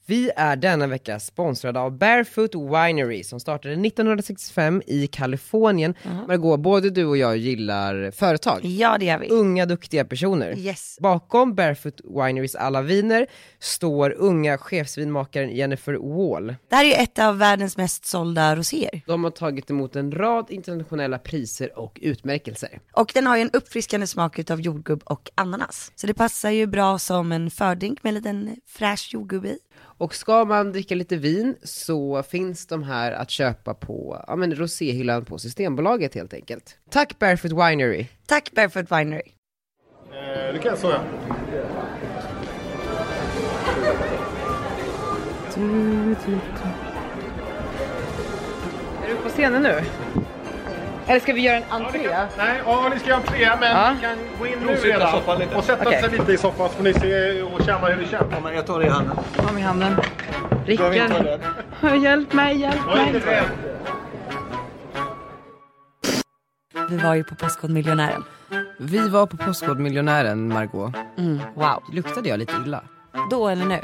Vi är denna vecka sponsrade av Barefoot Winery som startade 1965 i Kalifornien. Margot, både du och jag gillar företag. Ja, det gör vi. Unga, duktiga personer. Yes. Bakom Barefoot Winerys alla viner står unga chefsvinmakaren Jennifer Wall. Det här är ju ett av världens mest sålda roséer. De har tagit emot en rad internationella priser och utmärkelser. Och den har ju en uppfriskande smak utav jordgubb och ananas. Så det passar ju bra som en fördrink med en liten fräsch jordgubb i. Och ska man dricka lite vin så finns de här att köpa på roséhyllan på Systembolaget helt enkelt. Tack Barefoot Winery. Tack Barefoot Winery. Det kan jag säga. Är du på scenen nu? Eller ska vi göra en entré? Nej, ni ska göra entré, men vi kan gå in nu redan och sätta sig lite i soffan så får ni se och känna hur det känns. Ja, men jag tar det i handen. Ta med handen. Rickard, hjälp mig. Vi var ju på Postkodmiljonären. Vi var på Postkodmiljonären, Margot. Wow. Luktade jag lite illa? Då eller nu?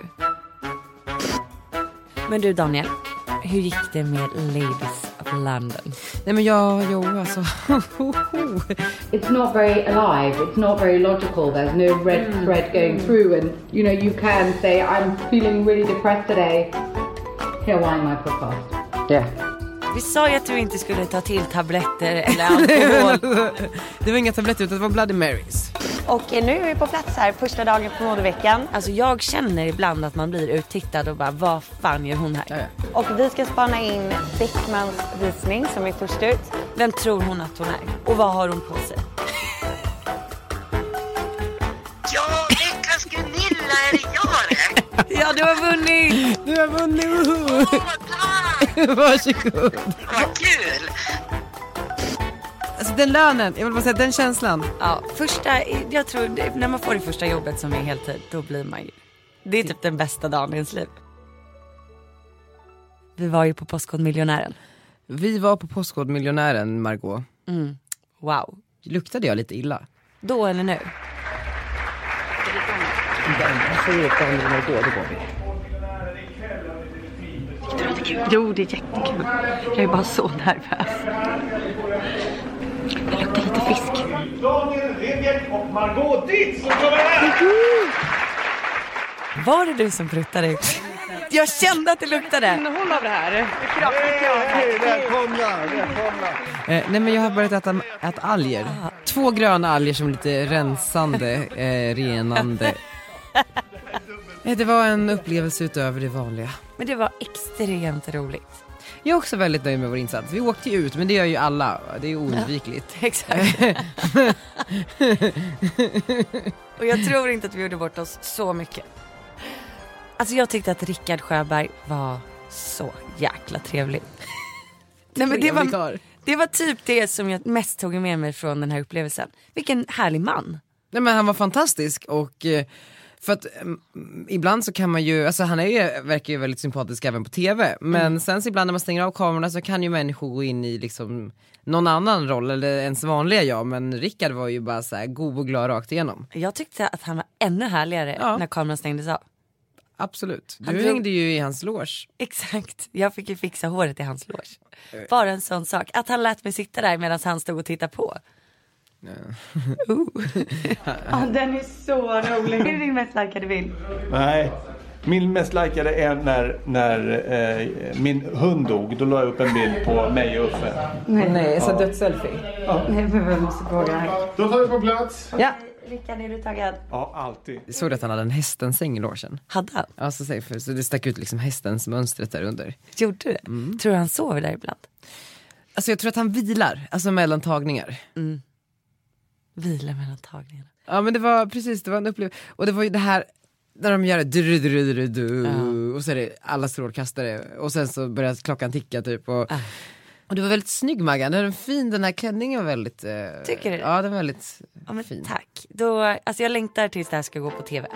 Men du Daniel, hur gick det med Ladies of London? Nej men alltså. It's not very alive, it's not very logical, there's no red thread going through, and you can say I'm feeling really depressed today, here wine my podcast. Yeah. Vi sa ju att du inte skulle ta till tabletter eller alkohol. Det var inga tabletter utan det var Bloody Marys. Och nu är vi på plats här, första dagen på modeveckan. Alltså jag känner ibland att man blir uttittad och bara, vad fan gör hon här? Ja. Och vi ska spana in Beckmans visning som är först ut. Vem tror hon att hon är? Och vad har hon på sig? Ja, veckans Gunilla är det jag det. Ja, du har vunnit! Du har vunnit! Åh, tack! Varsågod! Vad kul! Alltså den lönen, jag vill bara säga den känslan. Ja, jag tror när man får det första jobbet som är heltid, då blir man ju, det är typ den bästa dagen i ens liv. Vi var ju på Postkodmiljonären. Vi var på Postkodmiljonären, Margot. Wow. Luktade jag lite illa? Då eller nu? Jo, det är jättekul. Jag är bara så nervös. Det luktar lite fisk. Daniel Redgert och Margot Dietz som kommer här! Var det du som pruttade ut? Jag kände att det luktade. Innehåll av det här. Hej, välkomna. Nej men jag har börjat äta alger. 2 gröna alger som lite rensande, renande. Det var en upplevelse utöver det vanliga. Men det var extremt roligt. Jag är också väldigt nöjd med vår insats. Vi åkte ju ut, men det gör ju alla. Det är oundvikligt. Ja, exakt. Och jag tror inte att vi gjorde bort oss så mycket. Alltså jag tyckte att Rickard Sjöberg var så jäkla trevlig. Nej, men det var typ det som jag mest tog med mig från den här upplevelsen. Vilken härlig man. Nej men han var fantastisk och... För att ibland så kan man ju, alltså han verkar ju väldigt sympatisk även på tv. Men sen så ibland när man stänger av kamerorna så kan ju människor gå in i liksom någon annan roll eller ens vanliga jag. Men Rickard var ju bara så här god och glad rakt igenom. Jag tyckte att han var ännu härligare när kameran stängdes av. Absolut, du hängde ju i hans loge. Exakt, jag fick ju fixa håret i hans loge. Bara en sån sak, att han lät mig sitta där medan han stod och tittade på. Den är så rolig. Är det din mest likade bild? Nej, min mest likade är när min hund dog. Då la jag upp en bild på mig och Uffe. Nej, så dödsselfie. Nej, men vi måste fråga här. Då tar vi på plats. Ja. Rickard, är du taggad? Ja, alltid. Jag såg att han hade en hästens säng i logen. Hade han? Ja, så det stack ut liksom hästens mönstret där under. Gjorde det? Tror du han sover där ibland? Alltså jag tror att han vilar, alltså mellan tagningar. Vila mellan tagningarna. Ja men det var en upplevelse. Och det var ju det här när de gör det och så är det alla strålkastare och sen så börjar klockan ticka typ och det var väldigt snygg, Maggan. Den här klänningen var väldigt tycker du? Ja, den var väldigt fin. Tack. Alltså jag längtar tills det här ska gå på tv.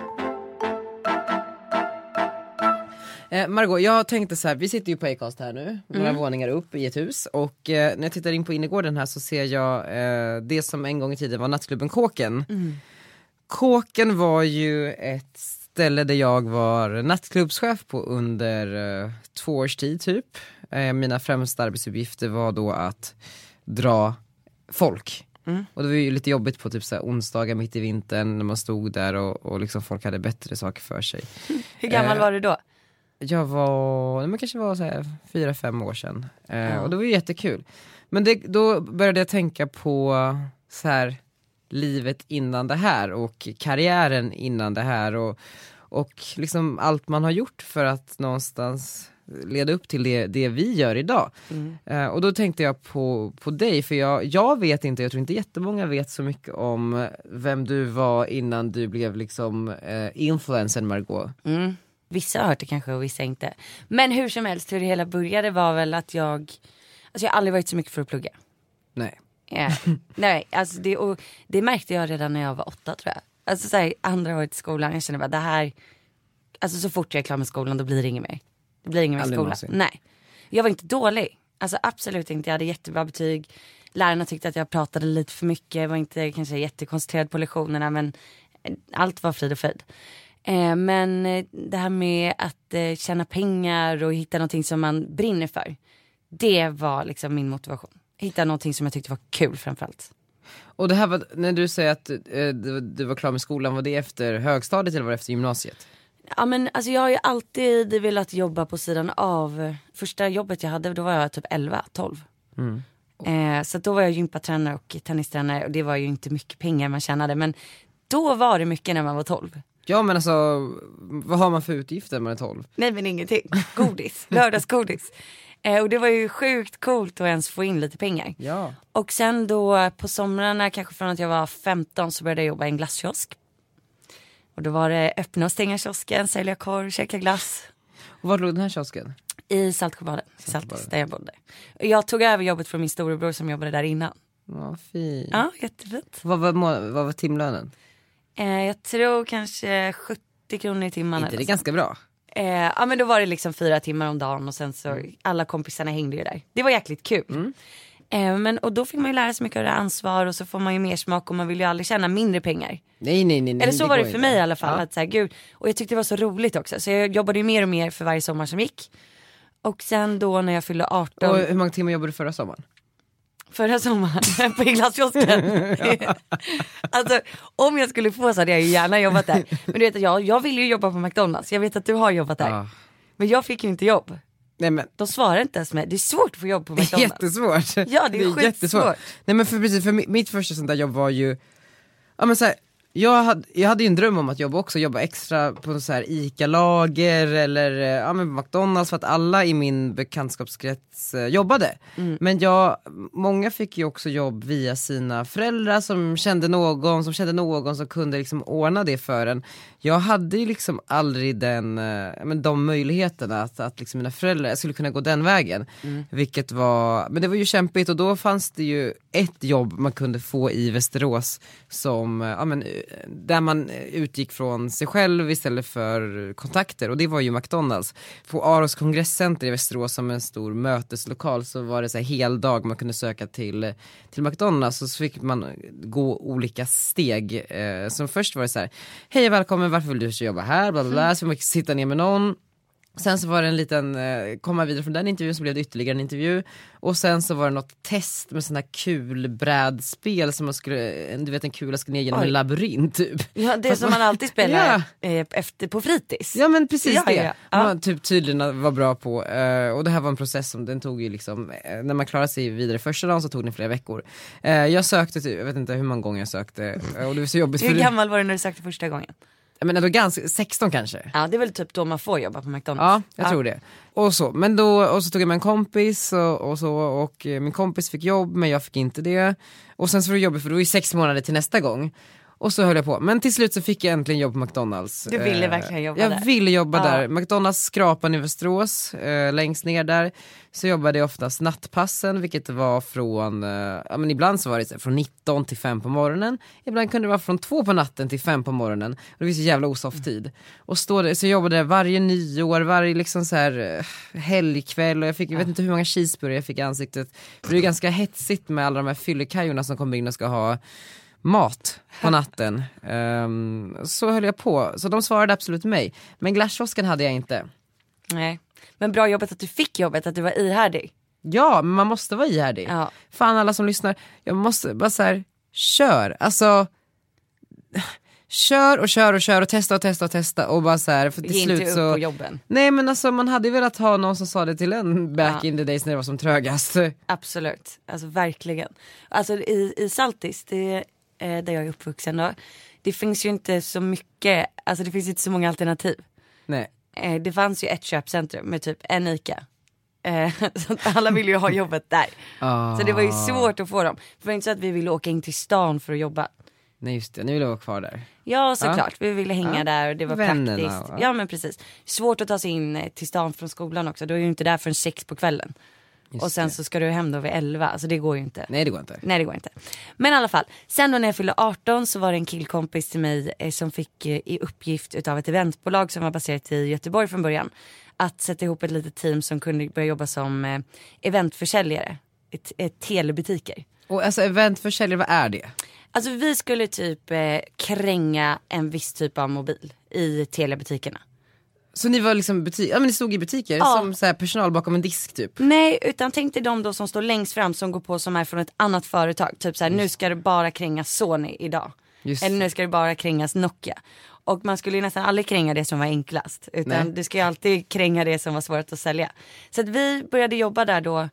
Margot, jag tänkte så här, vi sitter ju på Acast här nu, några våningar upp i ett hus och när jag tittar in på innergården här så ser jag det som en gång i tiden var nattklubben Kåken. Kåken var ju ett ställe där jag var nattklubbschef på under 2 års tid typ. Mina främsta arbetsuppgifter var då att dra folk. Och det var ju lite jobbigt på typ så här onsdagar mitt i vintern när man stod där och liksom folk hade bättre saker för sig. Hur gammal var du då? Jag var, det kanske var så här 4-5 år sedan. Och det var ju jättekul. Men då började jag tänka på så här livet innan det här och karriären innan det här och liksom allt man har gjort för att någonstans leda upp till det vi gör idag. Och då tänkte jag på dig, för jag vet inte, jag tror inte jättemånga vet så mycket om vem du var innan du blev liksom influencer Margot. Vissa har hört det kanske och vissa inte. Men hur som helst, hur det hela började var väl att jag har aldrig varit så mycket för att plugga. Nej. Nej, alltså det märkte jag redan när jag var 8 tror jag. Alltså så här, andra året i skolan, jag kände bara det här, alltså så fort jag är klar med skolan då blir det inget mer. Det blir inget mer i skolan. Nej, jag var inte dålig. Alltså absolut inte, jag hade jättebra betyg. Lärarna tyckte att jag pratade lite för mycket, var inte kanske jättekoncentrerad på lektionerna, men allt var frid och fröjd. Men det här med att tjäna pengar och hitta någonting som man brinner för, det var liksom min motivation. Hitta någonting som jag tyckte var kul framförallt. Och det här var, när du säger att du var klar med skolan, var det efter högstadiet eller var det efter gymnasiet? Ja men alltså jag har ju alltid velat jobba på sidan av. Första jobbet jag hade, då var jag typ 11-12. Så då var jag gympatränare och tennistränare, och det var ju inte mycket pengar man tjänade, men då var det mycket när man var 12. Ja men alltså, vad har man för utgifter när man är 12? Nej men ingenting, godis, lördagsgodis. Och det var ju sjukt coolt att ens få in lite pengar. Ja. Och sen då på somrarna, kanske från att jag var 15, så började jag jobba i en glasskiosk. Och då var det öppna och stänga kiosken, sälja korv, käka glass. Och var låg den här kiosken? I Saltsjöbaden, där jag bodde. Och jag tog över jobbet från min storebror som jobbade där innan. Vad fint. Ja, jättefint. Vad var timlönen? Jag tror kanske 70 kronor i timmen. Inte det är ganska bra? Ja men då var det liksom 4 timmar om dagen och sen så alla kompisarna hängde ju där. Det var jäkligt kul. Och då fick man ju lära sig mycket av det ansvar, och så får man ju mer smak, och man vill ju aldrig tjäna mindre pengar. Nej. Eller så var det för mig i alla fall. Ja. Att så här, gud. Och jag tyckte det var så roligt också. Så jag jobbade ju mer och mer för varje sommar som gick. Och sen då när jag fyllde 18. Och hur många timmar jobbade du förra sommaren? Förra sommaren på glasskiosken. Alltså om jag skulle få så hade jag ju gärna jobbat där. Men du vet att jag vill ju jobba på McDonalds. Jag vet att du har jobbat där. Men jag fick ju inte jobb. Nej, men de svarar inte ens med. Det är svårt att få jobb på McDonalds. Jättesvårt. Ja, det är skitsvårt. Nej men för mitt första sånt där jobb var ju, ja men så här, jag hade ju en dröm om att jobba extra på så här ICA-lager eller men McDonalds, för att alla i min bekantskapskrets jobbade. Men många fick ju också jobb via sina föräldrar som kände någon som kunde liksom ordna det för en. Jag hade ju liksom aldrig de möjligheterna att liksom mina föräldrar, jag skulle kunna gå den vägen. Vilket var, men det var ju kämpigt, och då fanns det ju ett jobb man kunde få i Västerås som, där man utgick från sig själv istället för kontakter, och det var ju McDonalds. På Aros kongresscenter i Västerås, som en stor möteslokal, så var det så här hel dag man kunde söka till McDonalds, och så fick man gå olika steg. Som först var det så här: hej välkommen, varför vill du jobba här? Bla bla bla. Så man fick sitta ner med någon. Sen så var det en liten, komma vidare från den intervjun, så blev det ytterligare en intervju. Och sen så var det något test med sådana kulbrädspel som man skulle, du vet en kula ska ner genom en labyrint typ. Ja, det som man alltid spelar efter på fritids. Ja men precis det. Man typ tydligen var bra på. Och det här var en process som den tog ju liksom, när man klarade sig vidare första dagen så tog den flera veckor. Jag sökte typ, jag vet inte hur många gånger jag sökte. Och det var så jobbigt. Hur gammal var du när du sökte första gången? Men ändå ganska 16 kanske. Ja, det är väl typ då man får jobba på McDonalds. Ja, jag tror det. Och så, men då, och så tog jag med en kompis och min kompis fick jobb, men jag fick inte det. Och sen så var det jobbigt, för det var ju 6 månader till nästa gång. Och så höll jag på. Men till slut så fick jag äntligen jobb på McDonalds. Du ville verkligen jobba där? Jag ville jobba där. McDonalds skrapan i Västerås, längst ner där. Så jobbade jag oftast nattpassen, vilket var från, men ibland så var det från 19 till 5 på morgonen. Ibland kunde det vara från 2 på natten till 5 på morgonen. Och det var så jävla osoft tid. Och så jag jobbade där varje nyår, varje liksom så här helgkväll. Och jag vet inte hur många cheeseburgare jag fick i ansiktet. För det är ganska hetsigt med alla de här fyllekajorna som kommer in och ska ha mat på natten. Så höll jag på. Så de svarade absolut mig. Men glasskiosken hade jag inte. Nej, men bra jobbat att du fick jobbet, att du var ihärdig. Ja, men man måste vara ihärdig. Ja. Fan alla som lyssnar, jag måste bara så här, kör. Alltså, kör och testa och bara så här, för till slut inte så... upp på jobben. Nej men alltså man hade ju velat ha någon som sa det till en back in the days när det var som trögast. Absolut, alltså verkligen. Alltså i Saltis, det där jag är uppvuxen då, det finns ju inte så mycket, alltså det finns inte så många alternativ. Nej. Det fanns ju ett köpcentrum med typ en ICA. Så alla ville ju ha jobbet där. Så det var ju svårt att få dem. För det var inte så att vi ville åka in till stan för att jobba. Nej just det, ni ville vara kvar där. Ja såklart, vi ville hänga där och det var Vännerna, praktiskt. Ja men precis. Svårt att ta sig in till stan från skolan också. Då är ju inte där förrän 6 på kvällen. Just och sen det. Så ska du hem då vid 11. Alltså det går ju inte. Nej det går inte. Nej det går inte. Men i alla fall, sen då när jag fyllde 18 så var det en killkompis till mig som fick i uppgift utav ett eventbolag som var baserat i Göteborg från början. Att sätta ihop ett litet team som kunde börja jobba som eventförsäljare. Ett telebutiker. Och alltså eventförsäljare, vad är det? Alltså vi skulle typ kränga en viss typ av mobil i telebutikerna. Så ni var liksom men ni stod i butiker som så här personal bakom en disk typ? Nej, utan tänk dig de då som står längst fram som går på som är från ett annat företag. Typ så här, nu ska det bara krängas Sony idag. Eller nu ska det bara krängas Nokia. Och man skulle ju nästan aldrig kränga det som var enklast. Utan du ska ju alltid kränga det som var svårt att sälja. Så att vi började jobba där då,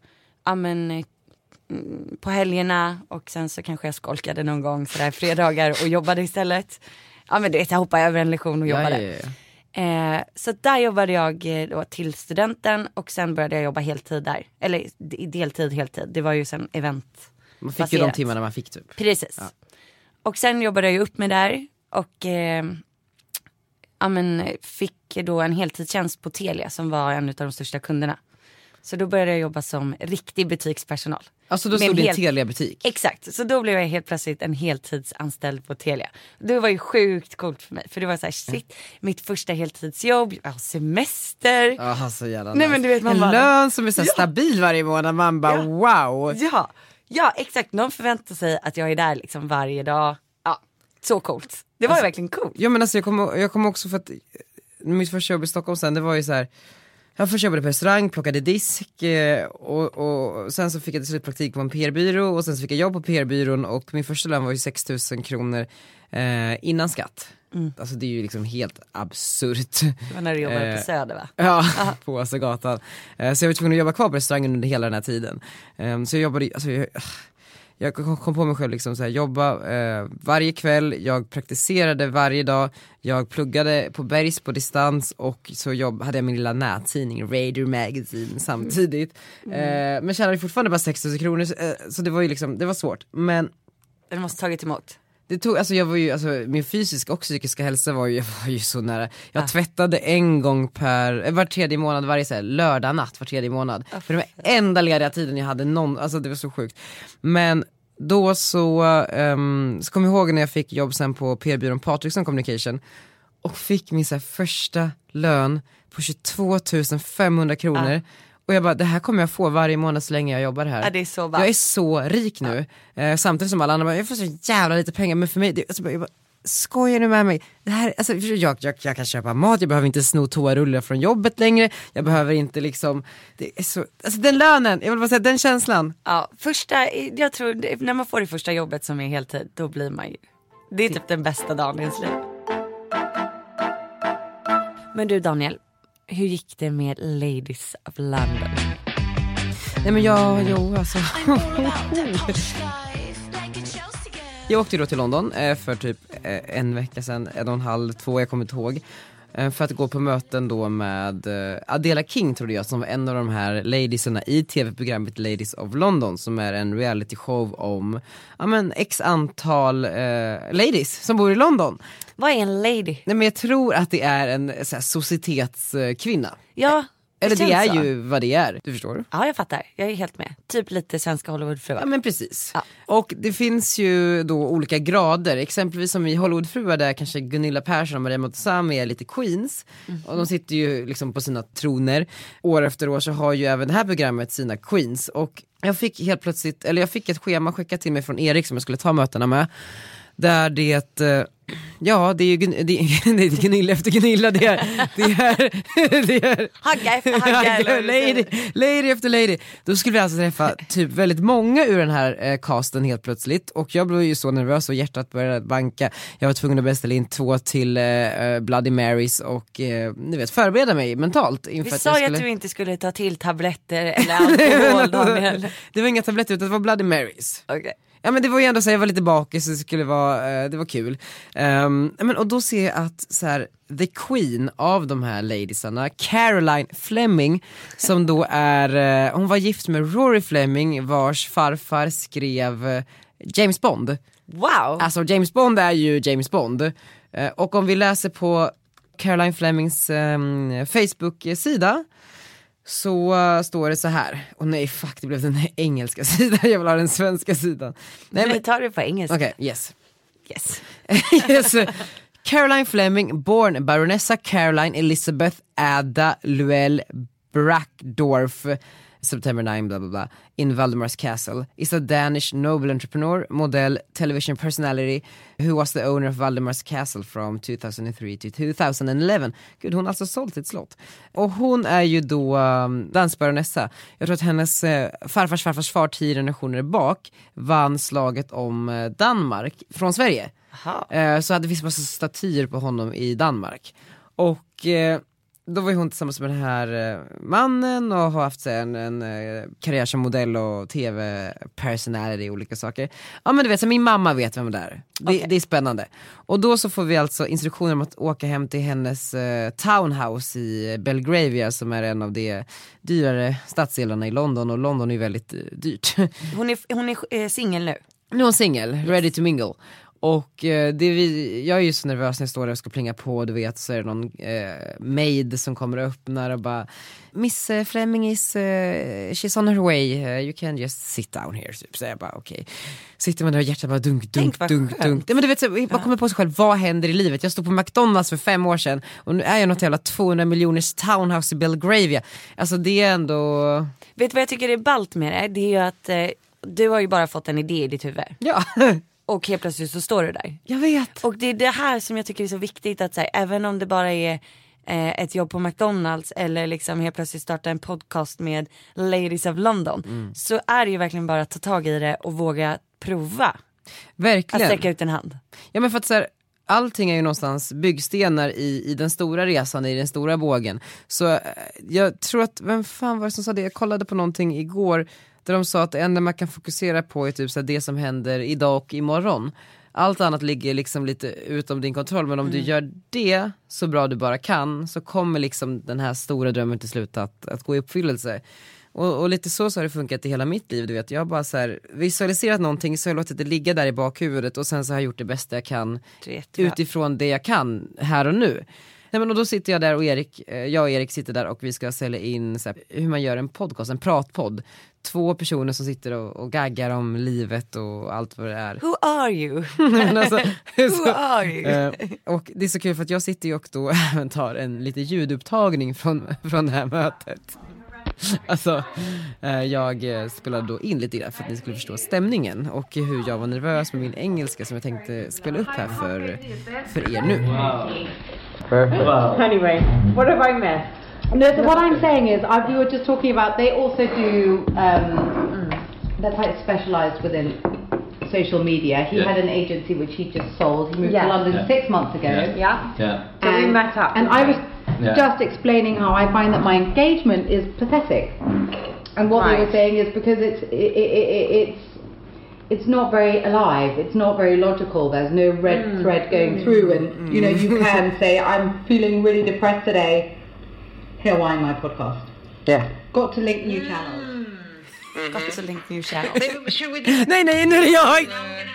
på helgerna. Och sen så kanske jag skolkade någon gång sådär fredagar och jobbade istället. Ja men det, jag hoppade över en lektion och jobbade. Ja. Så där jobbade jag då till studenten. Och sen började jag jobba heltid där. Eller i deltid, heltid. Det var ju sen event. Man fick ju de timmarna man fick typ. Precis. Ja. Och sen jobbade jag upp med där. Och fick då en heltidstjänst på Telia som var en av de största kunderna. Så då började jag jobba som riktig butikspersonal. Alltså då stod det en Telia-butik? Exakt, så då blev jag helt plötsligt en heltidsanställd på Telia. Det var ju sjukt coolt för mig. För det var så här, shit, mitt första heltidsjobb, jag har semester. Ja, så jävla nej, men du vet, man en bara, lön som är så stabil varje månad. Man bara wow. Ja, exakt. Någon förväntar sig att jag är där liksom varje dag. Ja, så coolt. Det var ju verkligen coolt. Ja men alltså jag kom också för att mitt första jobb i Stockholm sen, det var ju så här. Jag först jobbade på restaurang, plockade disk och sen så fick jag till slut praktik på en PR-byrå och sen så fick jag jobb på PR-byrån och min första lön var ju 6 000 kronor innan skatt. Alltså det är ju liksom helt absurt. Det var när du jobbade på Söder va? Ja, på Östergatan. Så jag var tvungen att jobba kvar på restaurangen under hela den här tiden. Så jag jobbade, alltså jag kom på mig själv liksom så här, jobba varje kväll, jag praktiserade varje dag, jag pluggade på Bergs på distans och så hade jag min lilla nättidning Radio Magazine samtidigt. Men tjänade fortfarande bara 6 000 kronor så det var ju liksom, det var svårt. Men det måste tagit emot. Det tog, alltså jag var ju, alltså min fysiska och psykiska hälsa var ju så nära. Jag tvättade en gång var tredje månad, varje så här, lördag natt var tredje månad. För det var enda lediga tiden jag hade alltså det var så sjukt. Men då så kom jag ihåg när jag fick jobb sen på PR-byrån Patrickson Communication och fick min så här, första lön på 22 500 kronor. Och jag bara, det här kommer jag få varje månad så länge jag jobbar här. Ja, det är så jag är så rik nu. Samtidigt som alla andra bara, jag får så jävla lite pengar. Men för mig, jag bara, skojar nu med mig? Det här, alltså, jag kan köpa mat, jag behöver inte sno toarullar från jobbet längre. Jag behöver inte liksom, det är så, alltså den lönen, jag vill bara säga den känslan. Ja, jag tror, när man får det första jobbet som är heltid, då blir man ju, det är typ den bästa dagen i ens liv. Men du Daniel, hur gick det med Ladies of London? Nej men alltså. Jag åkte då till London för typ en vecka sedan, 1,5, 2, jag kommer inte ihåg. För att gå på möten då med Adela King trodde jag, som var en av de här ladiesarna i tv-programmet Ladies of London, som är en reality show om x antal ladies som bor i London. Vad är en lady? Nej men jag tror att det är en så här, societetskvinna. Ja. Eller det är ju vad det är, du förstår? Ja, jag fattar. Jag är helt med. Typ lite svenska Hollywoodfruar. Ja, men precis. Ja. Och det finns ju då olika grader. Exempelvis som i Hollywoodfruar där kanske Gunilla Persson och Maria Montazami är lite queens. Och de sitter ju liksom på sina troner. År efter år så har ju även det här programmet sina queens. Och jag fick helt plötsligt, eller jag fick ett schema skickat till mig från Erik som jag skulle ta mötena med. Där det ja, det är ju det är Gunilla efter Gunilla, det är hagga efter hagga, lady efter lady. Då skulle vi alltså träffa typ väldigt många ur den här casten helt plötsligt, och jag blev ju så nervös och hjärtat började banka. Jag var tvungen att beställa in 2 till Bloody Marys och ni vet, förbereda mig mentalt inför vi att sa ju att du inte skulle ta till tabletter eller alkohol, Daniel. Det var inga tabletter utan det var Bloody Marys. Okay. Ja, men det var ju ändå så jag var lite bakis, så det skulle vara det var kul. Men och då ser jag att så här, the queen av de här ladiesarna, Caroline Fleming, som då är hon var gift med Rory Fleming, vars farfar skrev James Bond. Wow. Alltså James Bond är ju James Bond. Och om vi läser på Caroline Flemings Facebook-sida så står det så här. Och nej, fuck, det blev den engelska sidan. Jag vill ha den svenska sidan. Nej, men tar det på engelska. Okej, yes. Yes. Caroline Fleming, born Baronessa Caroline Elizabeth Ada Luell Brackdorf, September 9, blah blah blah, in Valdemars Castle, is a Danish noble entrepreneur, model, television personality who was the owner of Valdemars Castle from 2003 to 2011. Gud, hon har alltså sålt sitt slott. Och hon är ju då dansbaronessa. Jag tror att hennes farfars far 10 generationer bak vann slaget om Danmark från Sverige. Så hade vi massa statyer på honom i Danmark. Och då var hon tillsammans med den här mannen och har haft en karriär som modell och tv-personality och olika saker. Ja, men du vet, så min mamma vet vem det är. Det är spännande. Och då så får vi alltså instruktioner om att åka hem till hennes townhouse i Belgravia, som är en av de dyrare stadsdelarna i London. Och London är väldigt dyrt. Hon är singel nu. Nu är hon singel, ready to mingle. Och jag är ju så nervös när jag står där och ska plinga på, du vet, så är det någon maid som kommer och öppnar och bara Miss Fleming is she's on her way, you can just sit down here, typ. Så jag bara okej. Sitter man där och hjärtat bara dunk. Ja, men du vet, så, man kommer på sig själv, vad händer i livet? Jag stod på McDonalds för 5 år sedan och nu är jag något jävla 200 miljoners townhouse i Belgravia. Alltså det är ändå... Vet du vad jag tycker är ballt med det? Det är ju att du har ju bara fått en idé i ditt huvud. Ja. Och helt plötsligt så står du där. Jag vet. Och det är det här som jag tycker är så viktigt, att säga, även om det bara är ett jobb på McDonalds eller liksom helt plötsligt starta en podcast med Ladies of London, så är det ju verkligen bara att ta tag i det och våga prova. Verkligen. Att sträcka ut en hand. Ja, men för att så här, allting är ju någonstans byggstenar i den stora resan, i den stora bågen. Så jag tror att, vem fan var det som sa det? Jag kollade på någonting igår där de sa att det enda man kan fokusera på är typ så här, det som händer idag och imorgon. Allt annat ligger liksom lite utom din kontroll, men om du gör det så bra du bara kan, så kommer liksom den här stora drömmen till slut att gå i uppfyllelse. Och lite så har det funkat i hela mitt liv, du vet. Jag har bara så här visualiserat någonting, så har jag låtit det ligga där i bakhuvudet, och sen så har jag gjort det bästa jag kan utifrån det jag kan här och nu. Nej, men och då sitter jag där och jag och Erik sitter där och vi ska sälja in så här, hur man gör en podcast, en pratpodd. 2 personer som sitter och gaggar om livet och allt vad det är. Who are you? Alltså, Who are you? Och det är så kul för att jag sitter ju och då även tar en lite ljudupptagning från det här mötet. Alltså, jag spelade då in lite där för att ni skulle förstå stämningen och hur jag var nervös med min engelska som jag tänkte spela upp här för er nu. Perfect. Wow. Anyway, what have I missed? No, so what I'm saying is, we were just talking about, they also do, they're quite specialised within social media. He had an agency which he just sold. He moved to London 6 months ago. So we met up. And I was just explaining how I find that my engagement is pathetic. And what they were saying is because it's not very alive, it's not very logical, there's no red thread going through, and you know, you can say, I'm feeling really depressed today, here, why my podcast? Yeah. Got to link new channels. Got to link new channels. Nej, nu är det jag!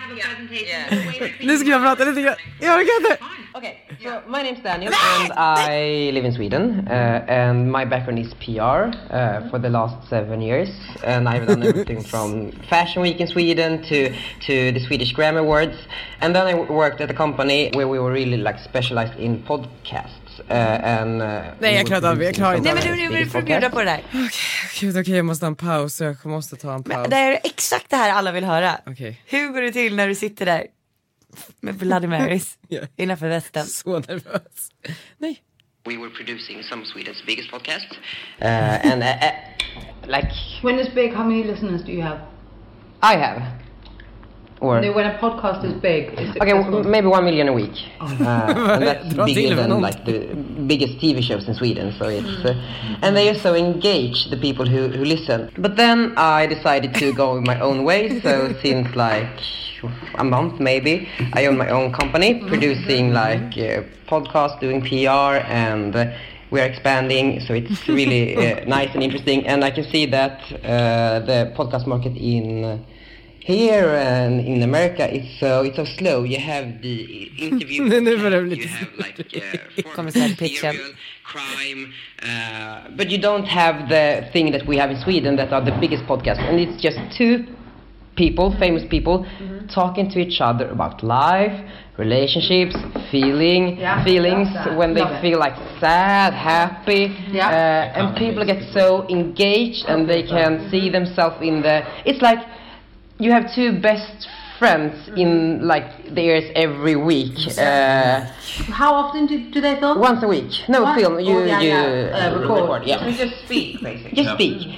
Nu ska jag prata lite grann. Jag orkar inte. Okay, so my name's Daniel and I live in Sweden and my background is PR for the last 7 years, and I've done everything from Fashion Week in Sweden to the Swedish Grammar Awards, and then I worked at a company where we were really like specialized in podcasts. Nej, jag klarar inte. Nej, men du får bjuda på det där. Okej, jag måste ha en paus. Jag måste ta en paus. Men det är exakt det här alla vill höra. Okay. Hur går det till när du sitter där med Bloody Marys innanför västen. Så nervös. Nej. We were producing some of Sweden's biggest podcast. And like... When it's big, how many listeners do you have? I have. Or... No, when a podcast is big, it's okay, maybe 1 million a week. And that's bigger than like the biggest TV shows in Sweden. So it's and they are so engaged, the people who listen. But then I decided to go my own way. So since like a month maybe, I own my own company, producing like podcasts, doing PR, and we are expanding. So it's really nice and interesting. And I can see that the podcast market in here and in America, it's so slow. You have the interview, you have like material, crime, but you don't have the thing that we have in Sweden that are the biggest podcasts, and it's just two people, famous people, talking to each other about life, relationships, feelings when they feel like sad, happy, and people get so engaged and they can see themselves in the. It's like you have two best friends in like theirs every week. How often do they film? Once a week. No, what? Film. You record. Yeah. So just speak, basically. Just speak.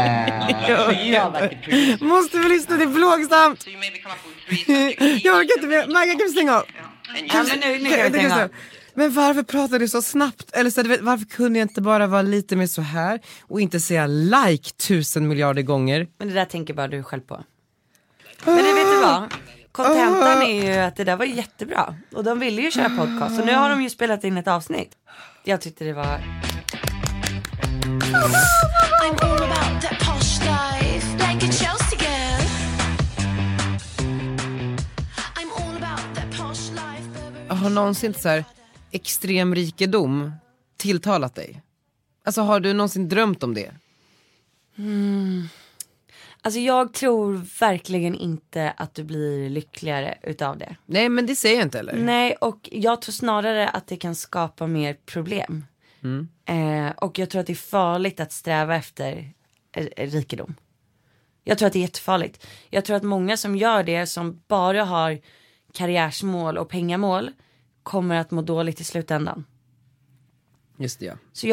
Måste vi lyssna till plågsamt? Jag orkar inte mer. Magga, kan vi stänga av? Ja, men nu kan vi stänga av. Men varför pratar du så snabbt? Eller så, varför kunde jag inte bara vara lite mer så här och inte säga like 1000 miljarder gånger? Men det där tänker bara du själv på. Men det vet du vad? Kontentan är ju att det där var jättebra. Och de ville ju köra podcast. Så nu har de ju spelat in ett avsnitt. Jag tyckte det var... I'm all about that posh life, like a Chelsea girl. I'm all about that posh life. Har någonsin så här extrem rikedom tilltalat dig? Alltså har du någonsin drömt om det? Alltså jag tror verkligen inte att du blir lyckligare utav det. Nej, men det säger jag inte heller. Nej, och jag tror snarare att det kan skapa mer problem. Och jag tror att det är farligt att sträva efter rikedom. Jag tror att det är jättefarligt. Jag tror att många som gör det, som bara har karriärsmål och pengamål, kommer att må dåligt i slutändan. Just det, ja. Så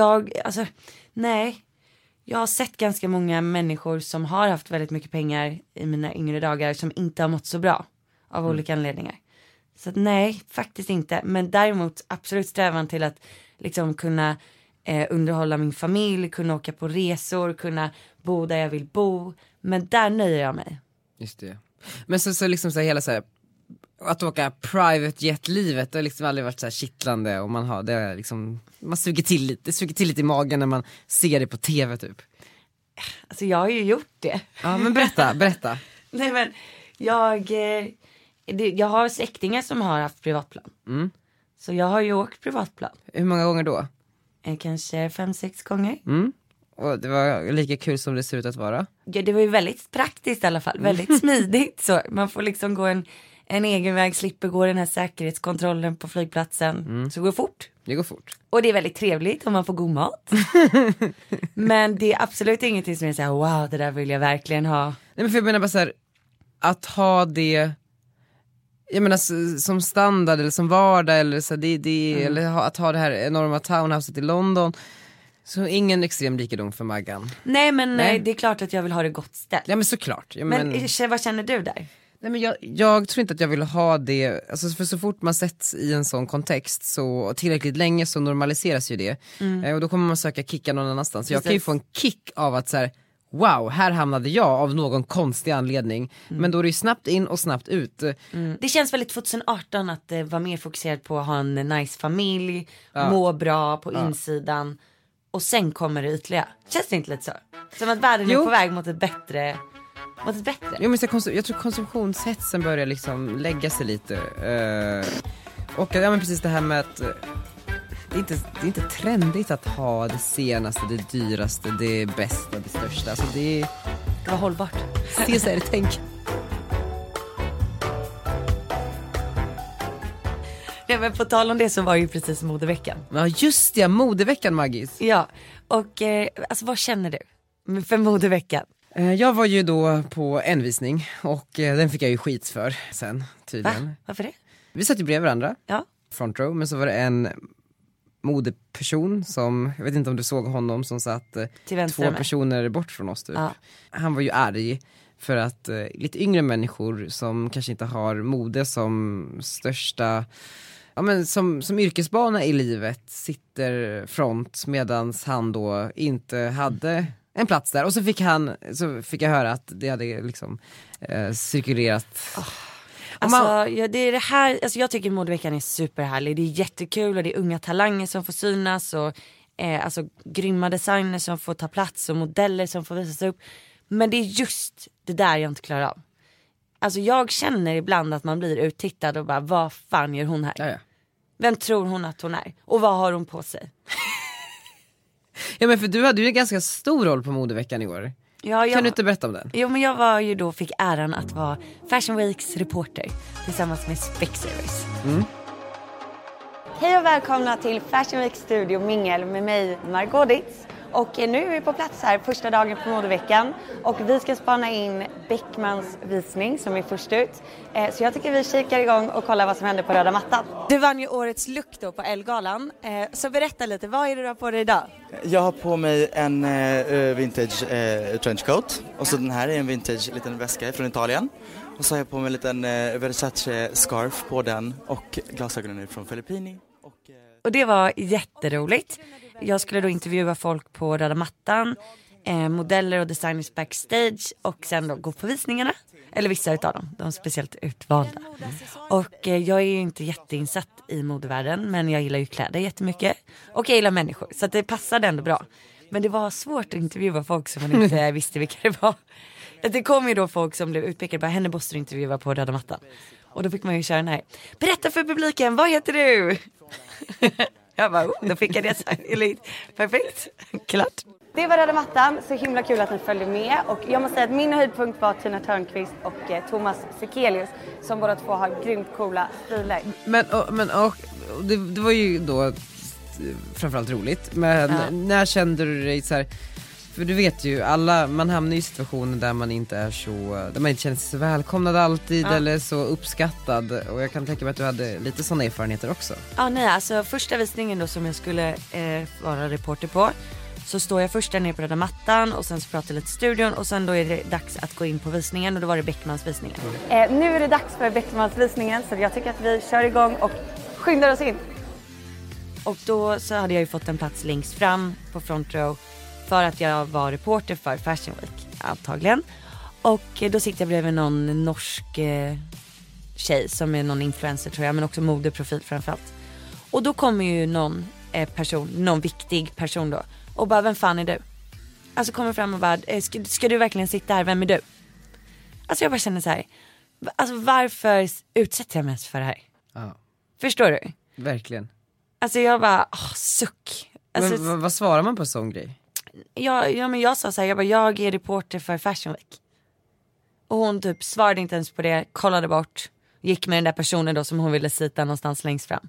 jag har sett ganska många människor som har haft väldigt mycket pengar i mina yngre dagar som inte har mått så bra av olika anledningar. Så att, nej, faktiskt inte. Men däremot absolut strävan till att liksom kunna underhålla min familj, kunna åka på resor, kunna bo där jag vill bo. Men där nöjer jag mig. Just det. Men så liksom så här, hela så här, att åka private jet-livet, det har liksom aldrig varit så här kittlande, och man har det liksom, man suger till lite i magen när man ser det på tv typ. Alltså jag har ju gjort det. Ja, men berätta. Nej, men jag har släktingar som har haft privatplan. Så jag har ju åkt privatplan. Hur många gånger då? Kanske 5-6 gånger. Och det var lika kul som det ser ut att vara? Ja, det var ju väldigt praktiskt i alla fall. Väldigt smidigt. Så man får liksom gå en egen väg, slipper gå den här säkerhetskontrollen på flygplatsen. Så det går fort. Det går fort. Och det är väldigt trevligt om man får god mat. Men det är absolut ingenting som jag säger, wow, det där vill jag verkligen ha. Nej, men för jag menar bara så här, att ha det, jag menar som standard eller som vardag eller så eller att ha det här enorma townhouset i London. Så ingen extrem rikedom för Maggan. Nej, men nej, det är klart att jag vill ha det gott ställt. Ja, men såklart. Ja, men vad känner du där? Nej, men jag tror inte att jag vill ha det, alltså, för så fort man sätts i en sån kontext så tillräckligt länge så normaliseras ju det. Och då kommer man söka kicka någon annanstans. Så jag kan ju få en kick av att så här, wow, här hamnade jag av någon konstig anledning. Men då är det ju snabbt in och snabbt ut. Det känns väldigt 2018 att det var mer fokuserat på att ha en nice familj, må bra på insidan. Och sen kommer det ytliga. Känns det inte lite så? Som att världen är på väg mot ett bättre. Jo, men jag tror konsumtionshetsen börjar liksom lägga sig lite. Och ja, men precis det här med att det är inte trendigt att ha det senaste, det dyraste, det bästa, det största. Alltså det var hållbart. Se så är det, tänk. Ja, men på tal om det så var ju precis modeveckan. Ja, just det, modeveckan, Maggis. Ja, och alltså vad känner du för modeveckan? Jag var ju då på en visning och den fick jag ju skit för sen tydligen. Va? Varför det? Vi satt ju bredvid varandra, front row, men så var det en modeperson som, jag vet inte om du såg honom, som satt 2 personer bort från oss typ. Han var ju arg för att lite yngre människor som kanske inte har mode som största, men som yrkesbana i livet sitter front, medans han då inte hade en plats där. Och så fick jag höra att det hade liksom cirkulerat. Det är det här, alltså jag tycker modeveckan är superhärlig. Det är jättekul och det är unga talanger som får synas och alltså grymma designers som får ta plats och modeller som får visas upp. Men det är just det där jag inte klarar av. Alltså jag känner ibland att man blir uttittad och bara, vad fan gör hon här? Ja. Vem tror hon att hon är? Och vad har hon på sig? Ja, men för du hade ju en ganska stor roll på modeveckan i år. Kan du inte berätta om den? Jo, men jag var ju då, fick äran att vara Fashion Weeks reporter tillsammans med Specsavers. Hej och välkomna till Fashion Week Studio Mingel med mig, Margot Ditz. Och nu är vi på plats här första dagen på modeveckan och vi ska spana in Beckmans visning som är först ut. Så jag tycker vi kikar igång och kollar vad som händer på röda mattan. Du vann ju årets look då på Ellegalan. Så berätta lite, vad är det du har på dig idag? Jag har på mig en vintage trenchcoat och så den här är en vintage liten väska från Italien. Och så har jag på mig en liten Versace scarf på den och glasögonen från Filippini. Och det var jätteroligt. Jag skulle då intervjua folk på röda mattan, modeller och designers backstage och sen då gå på visningarna. Eller vissa utav dem, de speciellt utvalda. Och jag är ju inte jätteinsatt i modevärlden, men jag gillar ju kläder jättemycket. Och jag gillar människor, så att det passade ändå bra. Men det var svårt att intervjua folk som man inte visste vilka det var. Det kom ju då folk som blev utpekade, bara henne måste du intervjua på röda mattan. Och då fick man ju köra den här. Berätta för publiken, vad heter du? Jag bara, då fick jag det så här. Perfekt, klart. Det var röda mattan, så himla kul att ni följde med. Och jag måste säga att min höjdpunkt var Tina Törnqvist och Thomas Sekelius, som båda två har grymt coola stilar. Men det var ju då framförallt roligt. Men när kände du dig så här? För du vet ju, man hamnar i situationer där man inte är så, där man inte känner sig så välkomnad alltid eller så uppskattad. Och jag kan tänka mig att du hade lite sådana erfarenheter också. Ja, nej, alltså första visningen då som jag skulle vara reporter på, så står jag först där nere på röda mattan och sen så pratar jag lite i studion och sen då är det dags att gå in på visningen och då var det Beckmans visningen. Nu är det dags för Beckmans visningen, så jag tycker att vi kör igång och skyndar oss in. Och då så hade jag ju fått en plats längst fram på front row för att jag var reporter för Fashion Week, antagligen. Och då sitter jag bredvid någon norsk tjej som är någon influencer tror jag, men också modeprofil framförallt. Och då kommer ju någon viktig person då och bara, vem fan är du? Alltså kommer fram och bara, ska du verkligen sitta här, vem är du? Alltså jag bara känner så här, alltså varför utsätter jag mig för det här? Ja. Förstår du? Verkligen. Alltså jag bara, suck. Alltså, men vad svarar man på en sån grej? Men jag sa så här, jag är reporter för Fashion Week. Och hon typ svarade inte ens på det, kollade bort, gick med den där personen då som hon ville sitta någonstans längst fram.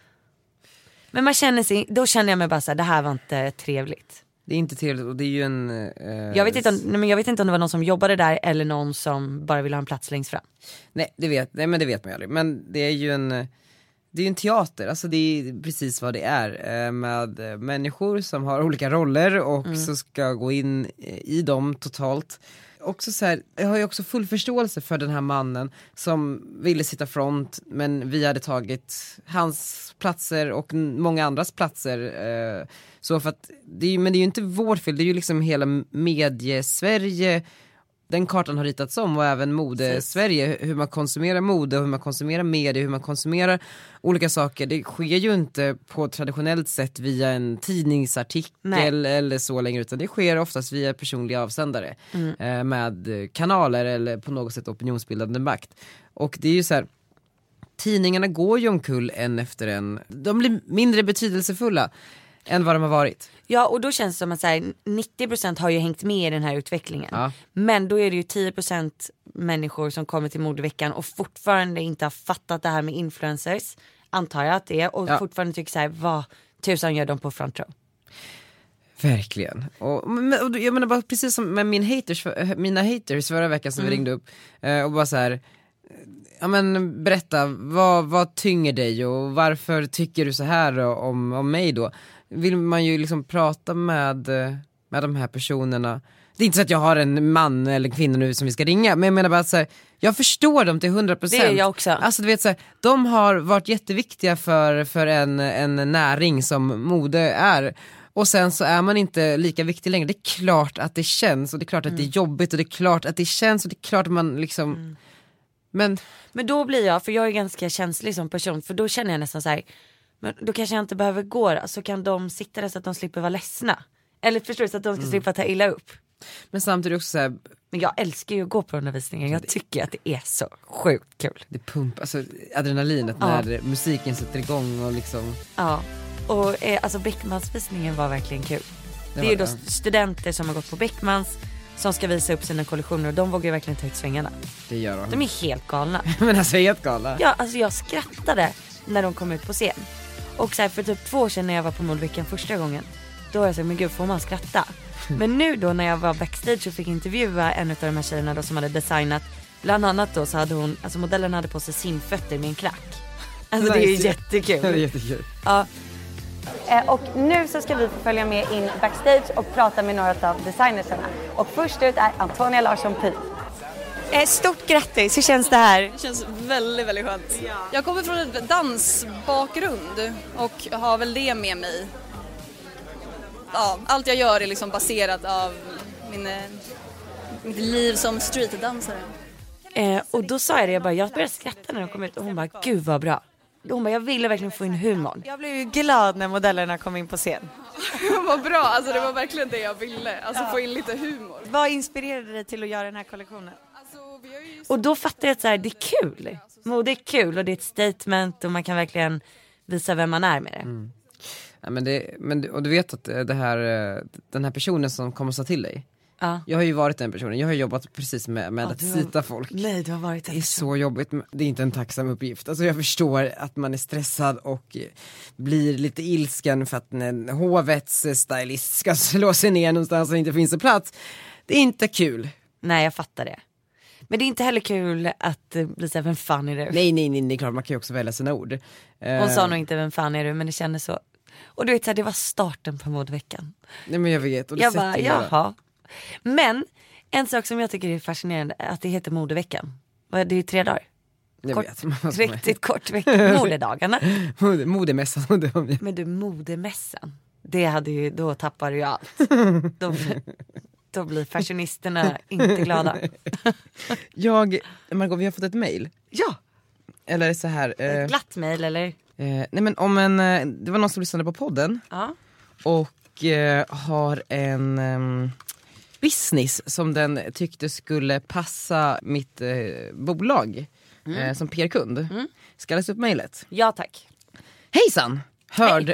Men då känner jag mig bara så här, det här var inte trevligt. Det är inte trevligt och det är ju en... Jag vet inte om det var någon som jobbade där eller någon som bara ville ha en plats längst fram. Nej, men det vet man ju aldrig. Men det är ju en teater, alltså det är precis vad det är, med människor som har olika roller och så ska gå in i dem totalt. Också så här, jag har ju också full förståelse för den här mannen som ville sitta front, men vi hade tagit hans platser och många andras platser, så för att men det är ju inte vår fel, det är ju liksom hela medie-Sverige. Den kartan har ritats om och även mode-Sverige, hur man konsumerar mode och hur man konsumerar media, hur man konsumerar olika saker. Det sker ju inte på traditionellt sätt via en tidningsartikel eller så längre, utan det sker oftast via personliga avsändare med kanaler eller på något sätt opinionsbildande makt. Och det är ju så här, tidningarna går ju omkull en efter en. De blir mindre betydelsefulla än vad de har varit. Ja, och då känns det som att 90% har ju hängt med i den här utvecklingen. Ja. Men då är det ju 10% människor som kommer till modeveckan och fortfarande inte har fattat det här med influencers. Antar jag att det är. Och fortfarande tycker så här, vad tusan gör de på front row? Verkligen. Och jag menar bara precis som med mina haters förra veckan som vi ringde upp och bara så här, Ja men berätta, vad tynger dig och varför tycker du så här om mig då? Vill man ju liksom prata med de här personerna. Det är inte så att jag har en man eller kvinna nu som vi ska ringa, men jag menar bara att så här, jag förstår dem till 100%. Det är jag också. Alltså du vet så här, de har varit jätteviktiga för en näring som mode är. Och sen så är man inte lika viktig längre. Det är klart att det känns och det är klart att det är jobbigt och det är klart att det känns och det är klart att man liksom Men då blir jag, för jag är ganska känslig som person, för då känner jag nästan så här, men då kanske jag inte behöver gå, så kan de sitta där så att de slipper vara ledsna. Eller förstår du, så att de ska slippa ta illa upp. Men samtidigt också så här, men jag älskar ju att gå på undervisningen. Jag tycker att det är så sjukt kul. Det pumpar, alltså adrenalinet när musiken sätter igång och liksom. Ja, och alltså Beckmansvisningen var verkligen kul. Det är ju då studenter som har gått på Beckmans som ska visa upp sina kollektioner och de vågar ju verkligen ta ut svängarna. Det gör de. De är helt galna. Men alltså helt galna. Ja, alltså jag skrattade när de kom ut på scen. Och så här, för typ 2 år sedan när jag var på Modeveckan första gången, då var jag så här, men gud, får man skratta? Men nu då när jag var backstage och fick intervjua en av de här tjejerna då som hade designat, bland annat då så hade hon, alltså modellen hade på sig simfötter med en klack. Alltså det är ju jättekul. Det är jättekul. Ja. Och nu så ska vi få följa med in backstage och prata med några av designerserna. Och först ut är Antonia Larsson-Py. Stort grattis, hur känns det här? Det känns väldigt, väldigt skönt. Jag kommer från en dansbakgrund och har väl det med mig. Ja, allt jag gör är liksom baserat av mitt liv som streetdansare. Och då sa jag det, jag började skratta när de kom ut och hon bara, gud vad bra. Hon bara, jag ville verkligen få in humorn. Jag blev ju glad när modellerna kom in på scen. Vad bra, alltså det var verkligen det jag ville. Alltså få in lite humor. Vad inspirerade dig till att göra den här kollektionen? Och då fattade jag att så här, det är kul. Mode är kul och det är ett statement och man kan verkligen visa vem man är med det. Ja, och du vet att den här personen som kommer att säga till dig. Jag har ju varit den personen. Jag har jobbat precis med att cita folk. Nej, du har varit det är så jobbigt. Det är inte en tacksam uppgift. Alltså jag förstår att man är stressad och blir lite ilsken för att en hovets stylist ska slå sig ner någonstans och inte finns en plats. Det är inte kul. Nej, jag fattar det. Men det är inte heller kul att bli så här, vem fan är du? Nej, det är klart, man kan ju också välja sina ord. Hon sa nog inte vem fan är du, men det kändes så. Och du vet så här, det var starten på Modeveckan. Nej men jag vet. Och jag bara, jaha. Men en sak som jag tycker är fascinerande är att det heter Modeveckan. Det är 3 dagar. Riktigt kort vecka. Modedagarna. Modemässan. Men du, modemässan. Det hade ju, då tappar du ju allt. Då blir fashionisterna inte glada. Margot, vi har fått ett mejl. Ja. Eller så här. Ett glatt mejl eller? Nej men det var någon som lyssnade på podden. Ja. Och har en business som den tyckte skulle passa mitt bolag som PR-kund. Ska jag läsa upp mejlet? Ja tack. Hejsan! Hörde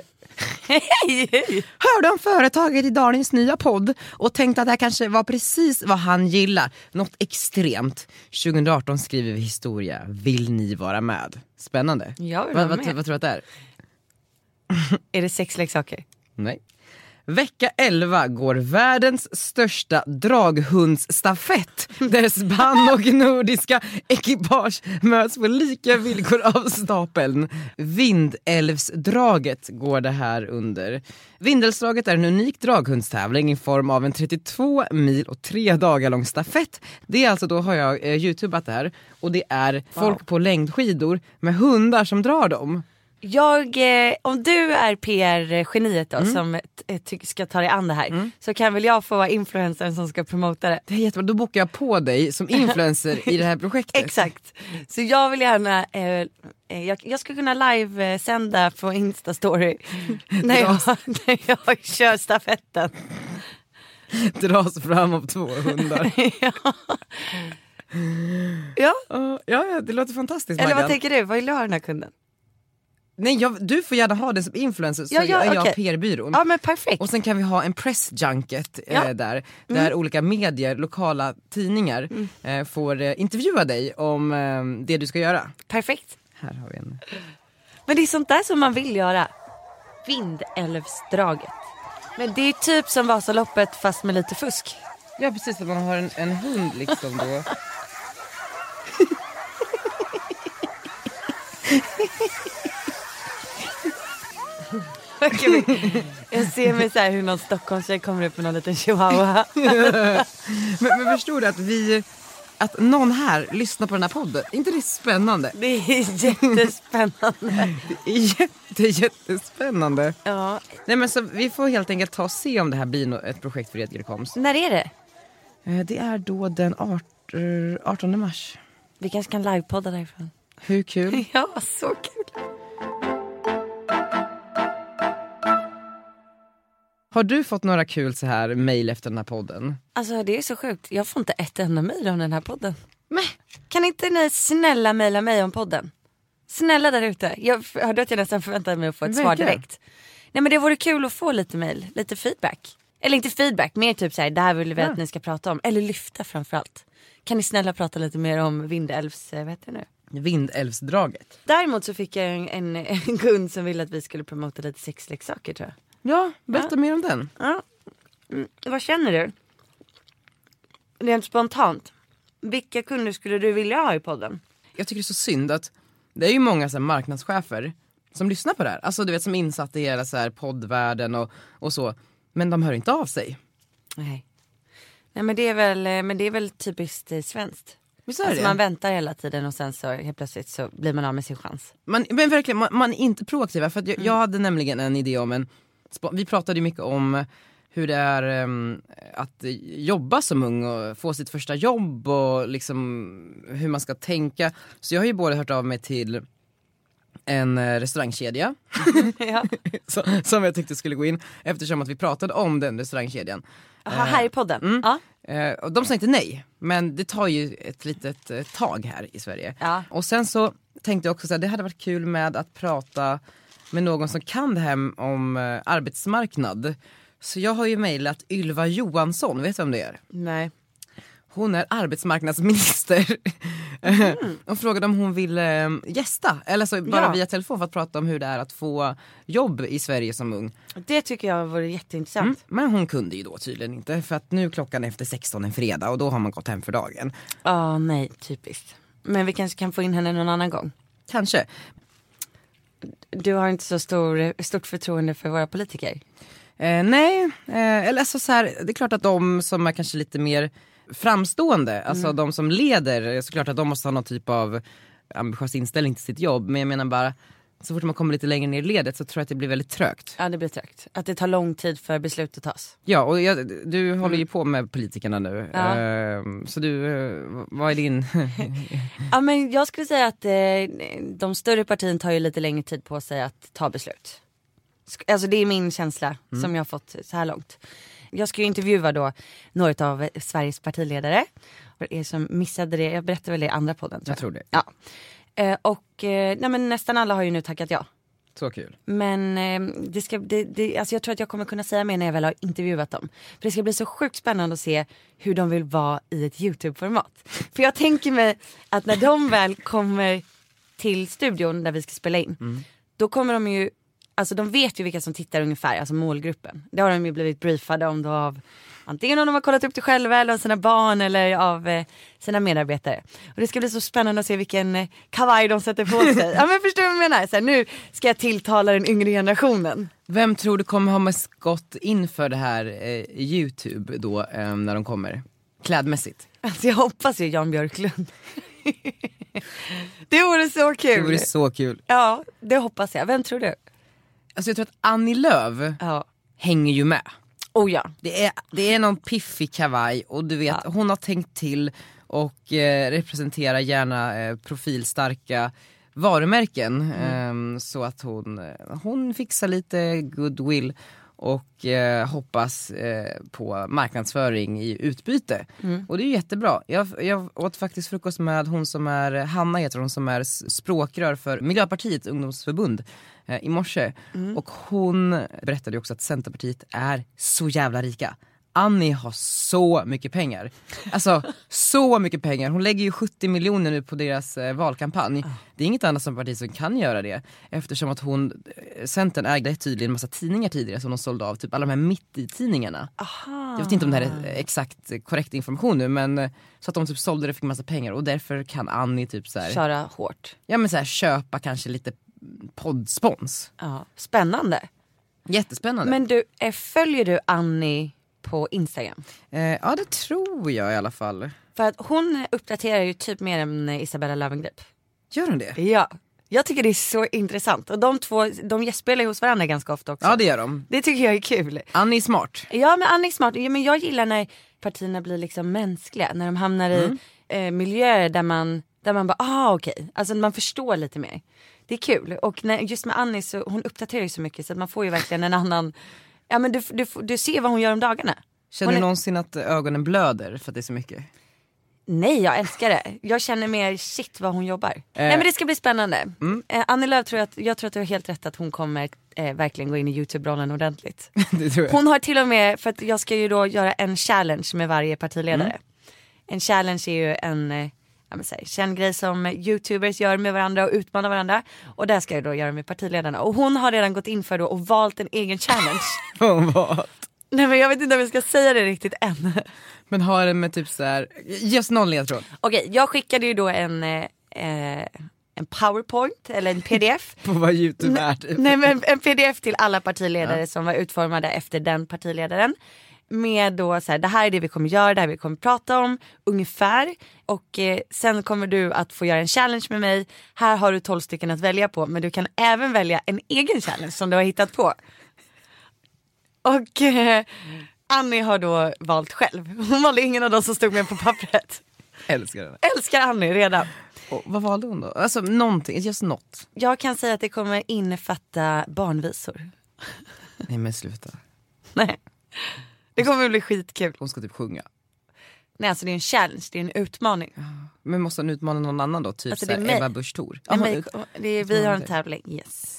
om företaget i Darlings nya podd och tänkte att det här kanske var precis vad han gillar. Något extremt. 2018 skriver vi historia. Vill ni vara med? Spännande. Ja, vad tror du att det är? Är det sexleksaker? Nej. Vecka 11 går världens största draghundsstafett där spann och nordiska ekipage möts på lika villkor av stapeln. Vindälvsdraget går det här under. Vindälvsdraget är en unik draghundstävling i form av en 32 mil och 3 dagar lång stafett. Det är alltså, då har jag youtubat det här och det är folk på längdskidor med hundar som drar dem. Om du är PR-geniet då som ska ta dig an det här så kan väl jag få vara influencern som ska promota det. Det är jättebra, då bokar jag på dig som influencer i det här projektet. Exakt, så jag vill gärna jag ska kunna live-sända på Insta-story när jag kör stafetten. Dras fram av 2 hundar. Ja, det låter fantastiskt. Eller vad tänker du, vad vill du ha den här kunden? Nej, du får gärna ha det som influencer så är jag PR-byrån. Ja, men perfekt. Och sen kan vi ha en pressjunket där olika medier, lokala tidningar får intervjua dig om det du ska göra. Perfekt. Här har vi en. Men det är sånt där som man vill göra. Vindälvsdraget. Men det är typ som Vasaloppet fast med lite fusk. Ja, precis, att man har en hund liksom då. Jag ser mig så här hur någon Stockholmstjej kommer upp med någon liten chihuahua. men förstår du att någon här lyssnar på den här podden? Inte det är spännande? Det är jättespännande. Det är jättespännande. Ja. Nej, men så vi får helt enkelt ta och se om det här blir ett projekt för Edgar Koms. När är det? Det är då den 18 mars. Vi kanske kan livepodda därifrån. Hur kul? Ja, så kul. Har du fått några kul så här mejl efter den här podden? Alltså det är så sjukt. Jag får inte ett enda mejl om den här podden. Men kan inte ni snälla mejla mig om podden? Snälla där ute. Jag hörde att jag nästan förväntade mig att få ett svar direkt. Nej, men det vore kul att få lite mejl, lite feedback. Eller inte feedback, mer typ så här, det här vill vi att ni ska prata om. Eller lyfta framförallt. Kan ni snälla prata lite mer om Vindelälvs, vad heter det nu? Vindelälvsdraget. Däremot så fick jag en kund som ville att vi skulle promota lite sexleksaker, tror jag. Ja, berätta mer om den. Ja. Vad känner du? Rent spontant. Vilka kunder skulle du vilja ha i podden? Jag tycker det är så synd att det är ju många så här marknadschefer som lyssnar på det här. Alltså du vet, som insatt i hela så här poddvärlden och så. Men de hör inte av sig. Nej, men det är väl typiskt svenskt. Alltså man väntar hela tiden och sen så helt plötsligt så blir man av med sin chans. Men verkligen, man är inte proaktiva. För att jag hade nämligen en idé om vi pratade ju mycket om hur det är att jobba som ung och få sitt första jobb och liksom hur man ska tänka. Så jag har ju både hört av mig till en restaurangkedja som jag tyckte skulle gå in eftersom att vi pratade om den restaurangkedjan. Aha, här i podden? Och de sa inte nej, men det tar ju ett litet tag här i Sverige. Ja. Och sen så tänkte jag också att det hade varit kul med att prata med någon som kan det här om arbetsmarknad. Så jag har ju mejlat Ylva Johansson, vet du vem det är? Nej. Hon är arbetsmarknadsminister och frågade om hon vill gästa eller så bara via telefon för att prata om hur det är att få jobb i Sverige som ung. Det tycker jag vore jätteintressant. Men hon kunde ju då tydligen inte för att nu klockan efter 16 en fredag och då har man gått hem för dagen. Nej, typiskt. Men vi kanske kan få in henne någon annan gång. Kanske. Du har inte så stort förtroende för våra politiker? Nej, eller alltså så här, det är klart att de som är kanske lite mer framstående, alltså de som leder, såklart att de måste ha någon typ av ambitiös inställning till sitt jobb, men jag menar bara så fort man kommer lite längre ner i ledet så tror jag att det blir väldigt trögt. Ja, det blir trögt. Att det tar lång tid för beslut att tas. Ja, och du håller ju på med politikerna nu. Ja. Så vad är din... Ja, men jag skulle säga att de större partierna tar ju lite längre tid på sig att ta beslut. Alltså det är min känsla som jag har fått så här långt. Jag ska ju intervjua då några av Sveriges partiledare. För er som missade det, jag berättade väl det i andra podden. Jag tror det. Ja. Men nästan alla har ju nu tackat ja. Så kul. Men alltså jag tror att jag kommer kunna säga mer när jag väl har intervjuat dem. För det ska bli så sjukt spännande att se hur de vill vara i ett YouTube-format. För jag tänker mig att när de väl kommer till studion där vi ska spela in, då kommer de ju, alltså de vet ju vilka som tittar ungefär, alltså målgruppen. Det har de ju blivit briefade om då av antingen om de har kollat upp det själva eller av sina barn eller av sina medarbetare. Och det ska bli så spännande att se vilken kavaj de sätter på sig. Ja, men förstår du vad jag menar? Så här, nu ska jag tilltala den yngre generationen. Vem tror du kommer ha med skott inför det här YouTube då när de kommer? Klädmässigt. Alltså jag hoppas ju Jan Björklund. Det vore så kul. Det vore så kul. Ja, det hoppas jag. Vem tror du? Alltså jag tror att Annie Lööf hänger ju med. Oh ja. Det är någon piffig kavaj och du vet, hon har tänkt till och representerar gärna profilstarka varumärken så att hon fixar lite goodwill och hoppas på marknadsföring i utbyte. Och det är jättebra. Jag åt faktiskt frukost med hon som är Hanna heter hon, som är språkrör för Miljöpartiets ungdomsförbund i morse. Och hon berättade också att Centerpartiet är så jävla rika. Annie har så mycket pengar. Alltså så mycket pengar. Hon lägger ju 70 miljoner nu på deras valkampanj. Det är inget annat som parti som kan göra det. Eftersom att Centern ägde tydligen en massa tidningar tidigare som de sålde av. Typ alla de här mitt i tidningarna. Jag vet inte om det här är exakt korrekt information nu. Men så att de typ sålde det, fick en massa pengar. Och därför kan Annie typ så här köra hårt. Ja men så här köpa kanske lite poddspons. Ja, spännande. Jättespännande. Men du, följer du Annie på Instagram? Ja, det tror jag i alla fall. För att hon uppdaterar ju typ mer än Isabella Löwengrip. Gör hon det? Ja. Jag tycker det är så intressant. Och de gästspelar ju hos varandra ganska ofta också. Ja, det gör de. Det tycker jag är kul. Annie är smart. Ja, men Annie är smart. Ja, men jag gillar när partierna blir liksom mänskliga. När de hamnar i miljöer där man bara, okej. Alltså man förstår lite mer. Det är kul. Och just med Annie så, hon uppdaterar ju så mycket så att man får ju verkligen en annan... Ja, men du ser vad hon gör om dagarna. Känner du någonsin att ögonen blöder för att det är så mycket? Nej, jag älskar det. Jag känner mer shit vad hon jobbar. Nej, men det ska bli spännande. Annie Lööf jag tror att du har helt rätt att hon kommer verkligen gå in i YouTube-rollen ordentligt. Det tror jag. Hon har till och med, för att jag ska ju då göra en challenge med varje partiledare. En challenge är ju en känd grej som YouTubers gör med varandra och utmanar varandra. Och det ska jag då göra med partiledarna. Och hon har redan gått in för då och valt en egen challenge. Vad? Nej, men jag vet inte om jag ska säga det riktigt än. Men har det med typ så här, just någon ledtråd. Okej, jag skickade ju då en PowerPoint eller en pdf. På vad YouTube är typ. Nej, men en pdf till alla partiledare som var utformade efter den partiledaren. Med då så här, det här är det vi kommer göra, det här vi kommer prata om ungefär. Och sen kommer du att få göra en challenge med mig. Här har du 12 stycken att välja på, men du kan även välja en egen challenge som du har hittat på. Och Annie har då valt själv. Hon valde ingen av dem som stod med på pappret. Älskar henne. Älskar Annie redan. Och vad valde hon då? Alltså någonting, just något. Jag kan säga att det kommer innefatta barnvisor. Nej, men sluta. Nej. Det kommer bli skitkul. Hon ska typ sjunga. Nej, alltså det är en challenge, det är en utmaning. Men måste hon utmana någon annan då? Typ alltså, Ebba Busch Thor. Vi har en tävling, yes.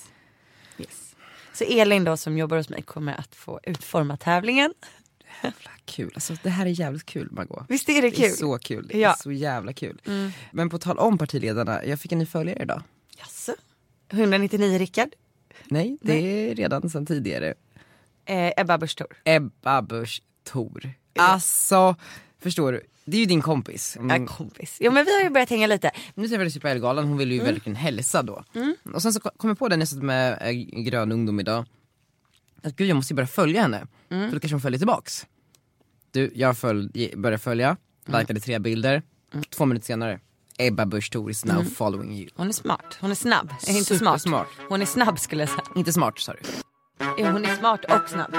Så Elin då som jobbar hos mig kommer att få utforma tävlingen. Jävla kul, alltså det här är jävligt kul, Margot. Visst är det kul? Det är så kul, det är så jävla kul. Men på tal om partiledarna, jag fick en ny följare idag. Jaså? 199 Rickard? Nej, det är redan sedan tidigare. Ebba Busch Thor. Ebba Busch Thor. Alltså, förstår du? Det är ju din kompis. Ja, kompis. Jo, men vi har ju börjat hänga lite. Nu träffades vi på Elgalan, hon ville ju verkligen hälsa då. Och sen så kom jag på det nästan med Grön ungdom idag. Att gud, jag måste ju börja följa henne. För då kanske hon följer tillbaks. Du, jag började följa, likade 3 bilder. 2 minuter senare, Ebba Busch Thor is now following you. Hon är smart, hon är snabb. Inte smart. Hon är snabb skulle jag säga. Inte smart, sa du. Jo, hon är smart och snabb.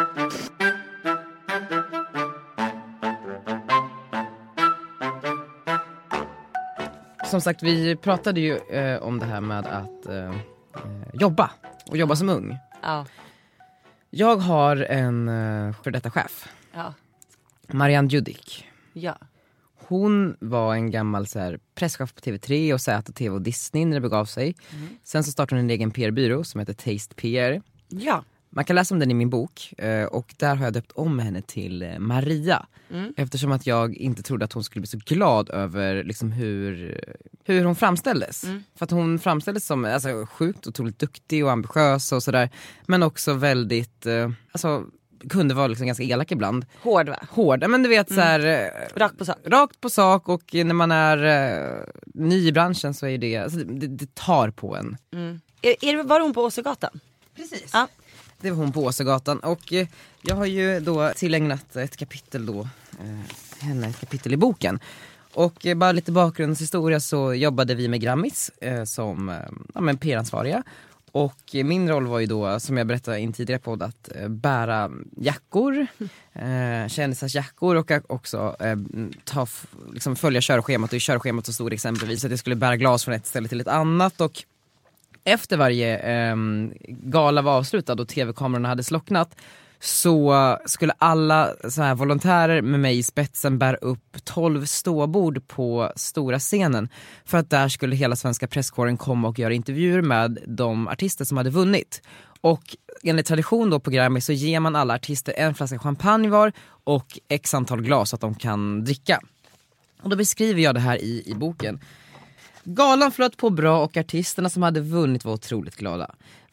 Som sagt, vi pratade ju om det här med att jobba. Och jobba som ung. Ja. Jag har en för detta chef. Ja. Marianne Judik. Ja. Hon var en gammal så här, presschef på TV3 och ZTV och Disney när det begav sig. Sen så startade hon en egen PR-byrå som heter Taste PR. Ja. Man kan läsa om den i min bok och där har jag döpt om henne till Maria. Eftersom att jag inte trodde att hon skulle bli så glad över liksom, hur hon framställdes. För att hon framställdes som alltså, sjukt otroligt duktig och ambitiös och sådär. Men också väldigt, kunde vara liksom ganska elak ibland. Hård, va? Hård, men du vet så här, rakt på sak. Rakt på sak, och när man är ny i branschen så är det, alltså, det tar på en. Var hon på Åsögatan? Precis. Ja. Det var hon på Åsögatan, och jag har ju då tillägnat ett kapitel då, henne ett kapitel i boken. Och bara lite bakgrundshistoria, så jobbade vi med Grammis som PR-ansvariga. Och min roll var ju då, som jag berättade i en tidigare podd, att bära jackor, kändisars jackor, och också följa körschemat. Och i körschemat så stod det exempelvis att jag skulle bära glas från ett ställe till ett annat. Och efter varje gala var avslutad och tv-kamerorna hade slocknat, så skulle alla så här volontärer med mig i spetsen bära upp 12 ståbord på stora scenen. För att där skulle hela svenska presskåren komma och göra intervjuer med de artister som hade vunnit. Och enligt tradition då på Grammy så ger man alla artister en flaska champagne var och x antal glas så att de kan dricka. Och då beskriver jag det här i boken. Galan flöt på bra och artisterna som hade vunnit var otroligt glada.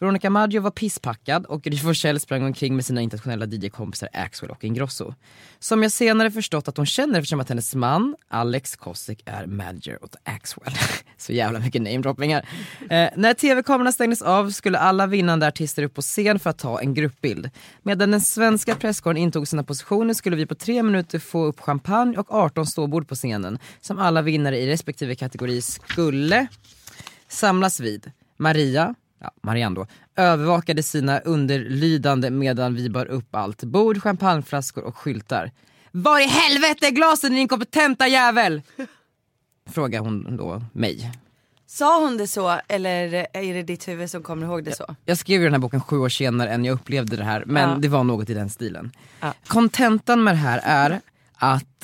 Veronica Maggio var pisspackad och Gry Forssell sprang omkring med sina internationella DJ-kompisar Axwell och Ingrosso. Som jag senare förstått att hon känner eftersom att hennes man, Alex Kosick, är manager åt Axwell. Så jävla mycket namedroppingar. När tv-kamerorna stängdes av skulle alla vinnande artister upp på scen för att ta en gruppbild. Medan den svenska presskåren intog sina positioner skulle vi på 3 minuter få upp champagne och 18 ståbord på scenen. Som alla vinnare i respektive kategori skulle samlas vid. Marianne då, övervakade sina underlydande medan vi bar upp allt. Bord, champagneflaskor och skyltar. Var i helvete är glasen, din inkompetenta jävel? Frågar hon då mig. Sa hon det så eller är det ditt huvud som kommer ihåg det så? Jag skrev ju den här boken 7 år senare än jag upplevde det här. Men det var något i den stilen. Kontentan med det här är att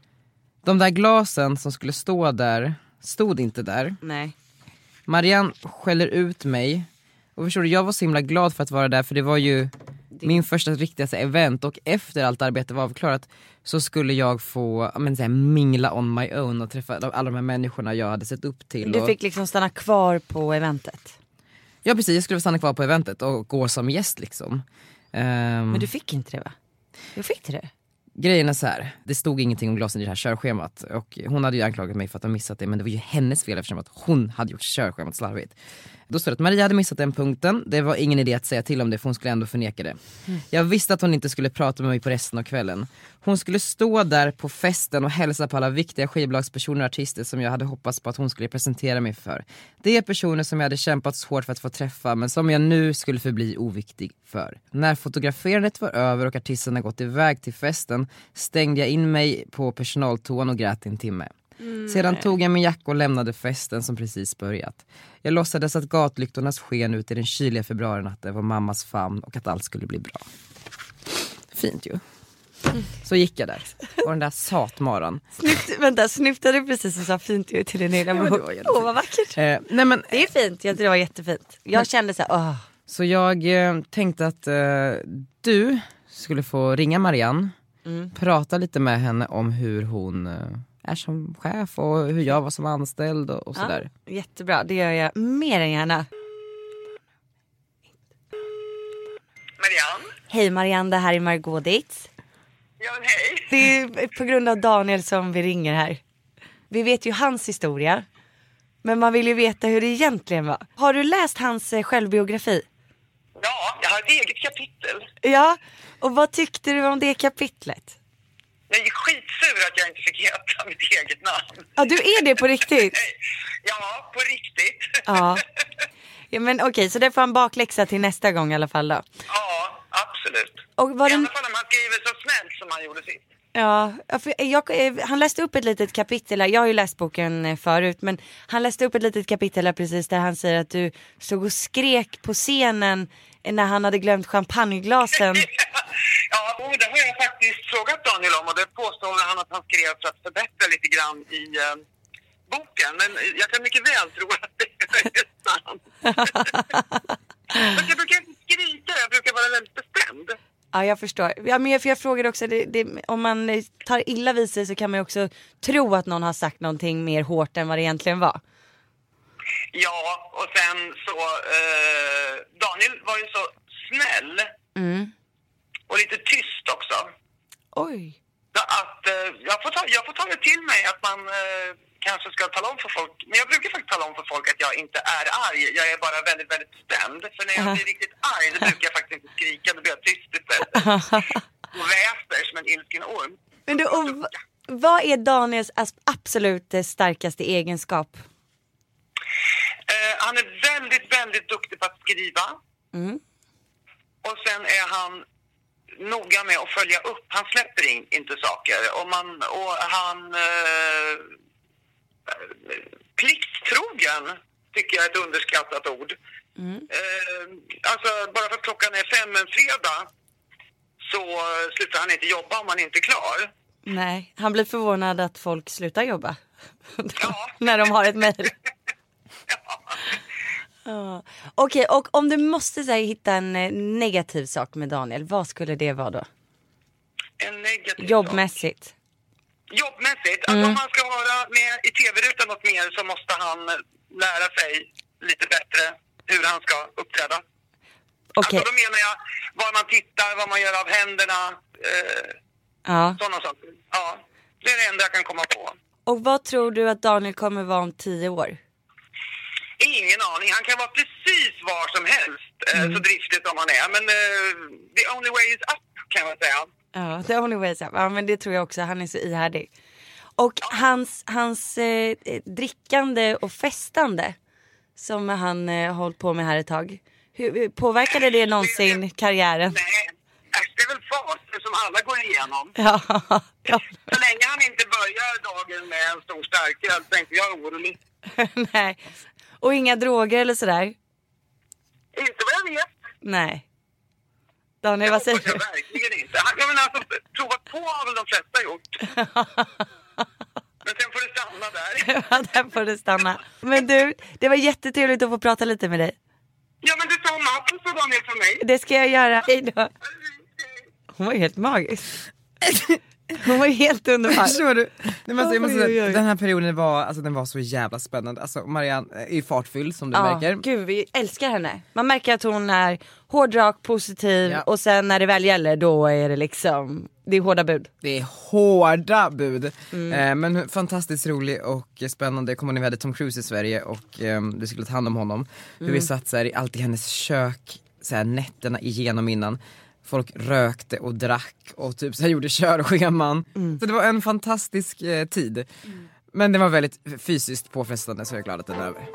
de där glasen som skulle stå där stod inte där. Nej. Marianne skäller ut mig. Och förstår du, jag var så himla glad för att vara där. För det var ju min första riktigaste event. Och efter allt arbete var avklarat så skulle jag få mingla on my own och träffa alla de här människorna jag hade sett upp till. Du fick liksom stanna kvar på eventet? Ja precis, jag skulle stanna kvar på eventet och gå som gäst liksom. Men du fick inte det, va? Jag fick det. Grejen är så här, det stod ingenting om glasen i det här körschemat. Och hon hade ju anklagat mig för att ha missat det. Men det var ju hennes fel eftersom att hon hade gjort körschemat slarvigt. Då stod det att Maria hade missat den punkten. Det var ingen idé att säga till om det, för hon skulle ändå förneka det. Jag visste att hon inte skulle prata med mig på resten av kvällen. Hon skulle stå där på festen och hälsa på alla viktiga skivbolagspersoner och artister som jag hade hoppats på att hon skulle presentera mig för. Det är personer som jag hade kämpat så hårt för att få träffa, men som jag nu skulle förbli oviktig för. När fotograferandet var över och artisterna gått iväg till festen stängde jag in mig på personaltoan och grät en timme. Sedan tog jag min jacka och lämnade festen som precis börjat. Jag låtsades att gatlyktornas sken ut i den kyliga februarinatten var mammas famn och att allt skulle bli bra. Fint ju. Så gick jag där. Och den där satmaran. Snyftade du precis och sa fint ju till din egna bok? Åh, vad vackert. Nej, men, det är fint, jag tror det var jättefint. Jag kände så här, Så jag tänkte att du skulle få ringa Marianne. Prata lite med henne om hur hon är som chef och hur jag var som anställd och sådär. Jättebra, det gör jag mer än gärna. Marianne? Hej Marianne, det här är Margot Dietz. Ja, men hej. Det är på grund av Daniel som vi ringer här. Vi vet ju hans historia, men man vill ju veta hur det egentligen var. Har du läst hans självbiografi? Ja, jag har ett eget kapitel. Ja, och vad tyckte du om det kapitlet? Jag är skitsur att jag inte fick heta mitt eget namn. Ja, du är det på riktigt? Ja, på riktigt. Ja, men okej, så det får en bakläxa till nästa gång i alla fall då. Ja, absolut. Och var I alla fall om han skriver så snällt som han gjorde sitt. Ja, han läste upp ett litet kapitel här. Jag har ju läst boken förut, men han läste upp ett litet kapitel här precis där han säger att du stod och skrek på scenen när han hade glömt champagneglasen. Ja, och det har jag faktiskt frågat Daniel om, och det påstår han att han skrev för att förbättra lite grann i boken. Men jag kan mycket väl tro att det är sant. Men jag brukar inte skrika, jag brukar vara väldigt bestämd. Ja, jag förstår. Ja, men jag frågade också, om man tar illa vid sig så kan man ju också tro att någon har sagt någonting mer hårt än vad det egentligen var. Ja, och sen så Daniel var ju så snäll och lite tyst också. Oj. Så att jag får ta det till mig att man kanske ska tala om för folk. Men jag brukar faktiskt tala om för folk att jag inte är arg. Jag är bara väldigt, väldigt bestämd. För när jag blir riktigt arg, då brukar jag faktiskt inte skrika. Då blir jag tyst istället. Och väser som en ilsken orm. Men du, och vad är Daniels absolut starkaste egenskap? Han är väldigt, väldigt duktig på att skriva. Och sen är han noga med att följa upp. Han släpper inte saker. Och han plikttrogen tycker jag är ett underskattat ord. Alltså bara för att klockan är 5 en fredag så slutar han inte jobba om han inte är klar. Nej, han blir förvånad att folk slutar jobba. När de har ett mejl. Okej, och om du måste hitta en negativ sak med Daniel, vad skulle det vara då? En negativ jobbmässigt. Sak. Jobbmässigt? Alltså om man ska vara med i tv-rutan något mer så måste han lära sig lite bättre hur han ska uppträda. Okay. Alltså, då menar jag var man tittar, vad man gör av händerna, sådana saker. Ja, det är det enda jag kan komma på. Och vad tror du att Daniel kommer vara om 10 år? Ingen aning. Han kan vara precis var som helst, så driftig som han är. Men the only way is up, kan man säga. Ja, the only way is up. Ja, men det tror jag också. Han är så ihärdig. Och hans drickande och festande som han hållit på med här ett tag. Hur påverkade det någonsin karriären? Nej, det är väl faser som alla går igenom. Ja. Så länge han inte börjar dagen med en stor starköl så är inte jag orolig. Nej. Och inga droger eller sådär? Inte vad jag vet. Nej. Daniel, vad säger du? Jag verkligen inte. Jag menar alltså, provat på har väl de flesta gjort. Men sen får det stanna där. Ja, där får det stanna. Men du, det var jättetrevligt att få prata lite med dig. Ja, men du tar maten så Daniel för mig. Det ska jag göra. Hej då. Hon var helt magisk. Hon var helt underbar. Förstår du? Den här perioden den var så jävla spännande. Alltså Marianne är ju fartfylld som du märker. Gud, vi älskar henne. Man märker att hon är hårdrak, positiv och sen när det väl gäller då är det liksom, det är hårda bud. Det är hårda bud. Men fantastiskt rolig och spännande. Jag kommer ihåg när vi hade Tom Cruise i Sverige och du skulle ta hand om honom. Hur vi satt så här, alltid i hennes kök så här, nätterna igenom innan. Folk rökte och drack och typ så här gjorde körscheman. Så det var en fantastisk tid. Men det var väldigt fysiskt påfrestande, så jag är glad att den är över.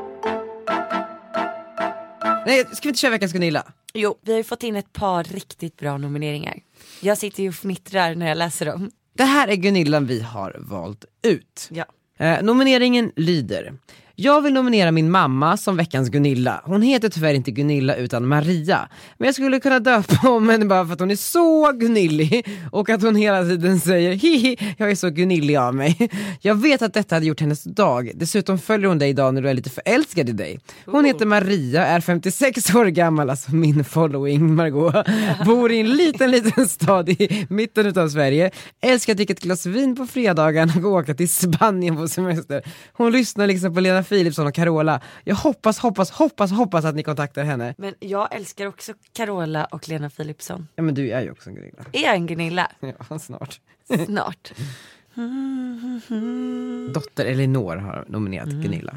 Nej, ska vi inte köra veckans Gunilla? Jo, vi har ju fått in ett par riktigt bra nomineringar. Jag sitter ju och fnittrar när jag läser dem. Det här är Gunillan vi har valt ut. Ja. Nomineringen lyder: jag vill nominera min mamma som veckans Gunilla. Hon heter tyvärr inte Gunilla utan Maria. Men jag skulle kunna döpa om henne bara för att hon är så gunillig. Och att hon hela tiden säger hihi, jag är så gunillig av mig. Jag vet att detta hade gjort hennes dag. Dessutom följer hon dig idag när du är lite förälskad i dig. Hon heter Maria, är 56 år gammal, alltså min following Margot. Bor i en liten stad i mitten utav Sverige. Älskar att dricka ett glas vin på fredagen och åka till Spanien på semester. Hon lyssnar liksom på Lena Philipsson och Carola. Jag hoppas att ni kontaktar henne. Men jag älskar också Carola och Lena Philipsson. Ja, men du är ju också en Gunilla. Är jag en Gunilla? Ja, snart. Dotter Elinor har nominerat Gunilla.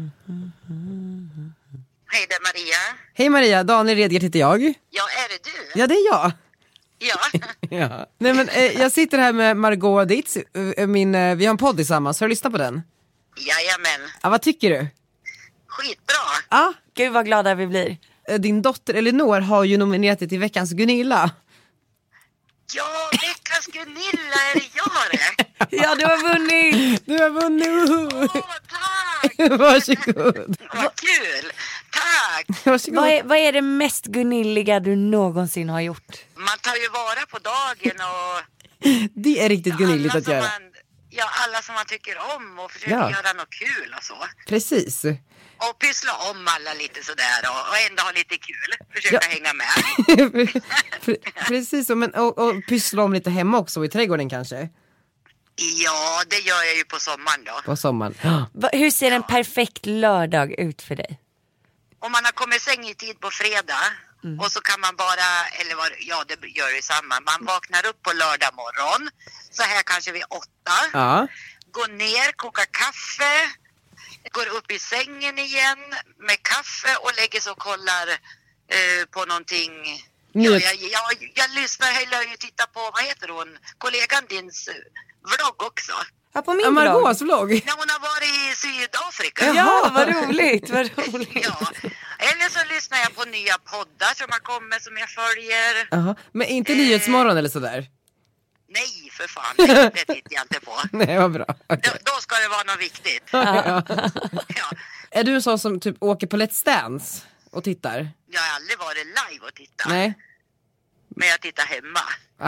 Hej, det är Maria. Hej Maria, Daniel Redgert heter jag. Ja, är det du? Ja, det är jag. Ja. Ja. Nej, men jag sitter här med Margot Dietz. Vi har en podd tillsammans. Har du lyssnat på den? Jajamän. Ja, vad tycker du? Skitbra. Ja. Gud vad glada vi blir. Din dotter Elinor har ju nominerat dig till veckans Gunilla. Ja, veckans Gunilla, är det jag det? Ja, du har vunnit. Du har vunnit. Tack. Varsågod. Vad kul. Tack. Varsågod. Vad är det mest gunilliga du någonsin har gjort? Man tar ju vara på dagen och... Det är riktigt gunilligt att göra. Alla som man tycker om och försöker göra något kul och så. Precis. Och pyssla om alla lite sådär och ändå ha lite kul. Försöka hänga med. Precis, och pyssla om lite hemma också, i trädgården kanske? Ja, det gör jag ju på sommaren då. På sommaren. Hur ser en perfekt lördag ut för dig? Om man har kommit säng i tid på fredag och så kan man bara, det gör ju samma. Man vaknar upp på lördag morgon, så här kanske vid 8. Ja. Går ner, kokar kaffe, går upp i sängen igen med kaffe och lägger sig och kollar på någonting. Jag lyssnar eller tittar på, vad heter hon? Kollegan dins vlogg också. Ja, på min Margaux vlogg. När hon har varit i Sydafrika. Ja, vad roligt, vad roligt. Ja. Eller så lyssnar jag på nya poddar som har kommit som jag följer. Aha. Men inte Nyhetsmorgon eller sådär? Nej, för fan. Det tittar jag inte på. Nej, vad bra. Okay. Då ska det vara något viktigt. Ja. Är du en sån som typ åker på Let's Dance och tittar? Jag har aldrig varit live och tittat. Nej. Men jag tittar hemma.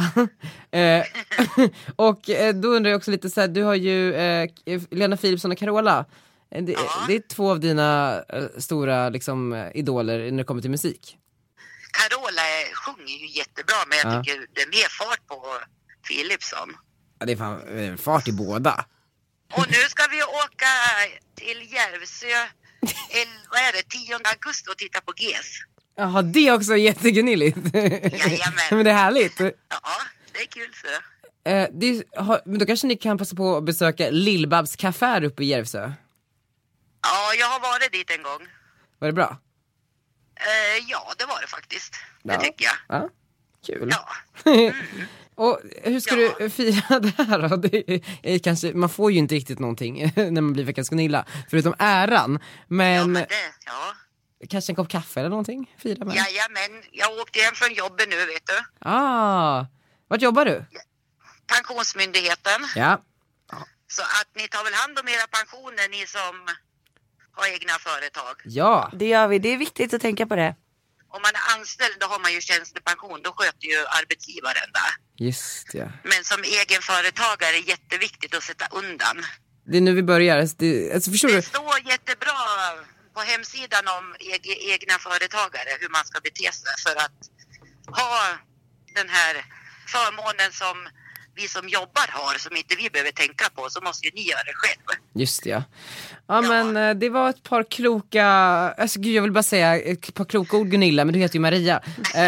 Och då undrar jag också lite så här, du har ju Lena Philipsson och Carola. Det är två av dina stora liksom idoler när det kommer till musik. Carola sjunger ju jättebra, men jag tycker det är mer fart på Philipsson. Ja, det är fan fart i båda. Och nu ska vi åka till Järvsö 10 augusti och titta på GES. Jaha, det är också jättegunilligt. Jajamän. Men det är härligt. Ja, det är kul så. Men då kanske ni kan passa på att besöka Lill-Babs Café uppe i Järvsö. Ja, jag har varit dit en gång. Var det bra? Ja, det var det faktiskt. Det tycker jag. Ja, kul. Ja. Och hur ska du fira det här då? Det är kanske, man får ju inte riktigt någonting när man blir Veckans Gunilla, förutom äran. Men kanske en kopp kaffe eller någonting? Fira med. Jajamän, jag åkte hem från jobbet nu, vet du. Vart jobbar du? Pensionsmyndigheten. Ja. Så att ni tar väl hand om era pensioner, ni som har egna företag. Ja. Det gör vi, det är viktigt att tänka på det. Om man är anställd, då har man ju tjänstepension, då sköter ju arbetsgivaren där. Just ja. Men som egenföretagare är det jätteviktigt att sätta undan. Det är nu vi börjar. Förstår du? Det står jättebra på hemsidan om egna företagare hur man ska bete sig för att ha den här förmånen som vi som jobbar har, som inte vi behöver tänka på, så måste ju ni göra det själv. Just ja. Ja, men det var ett par kloka, alltså gud, jag vill bara säga ett par kloka ord, Gunilla, men du heter ju Maria.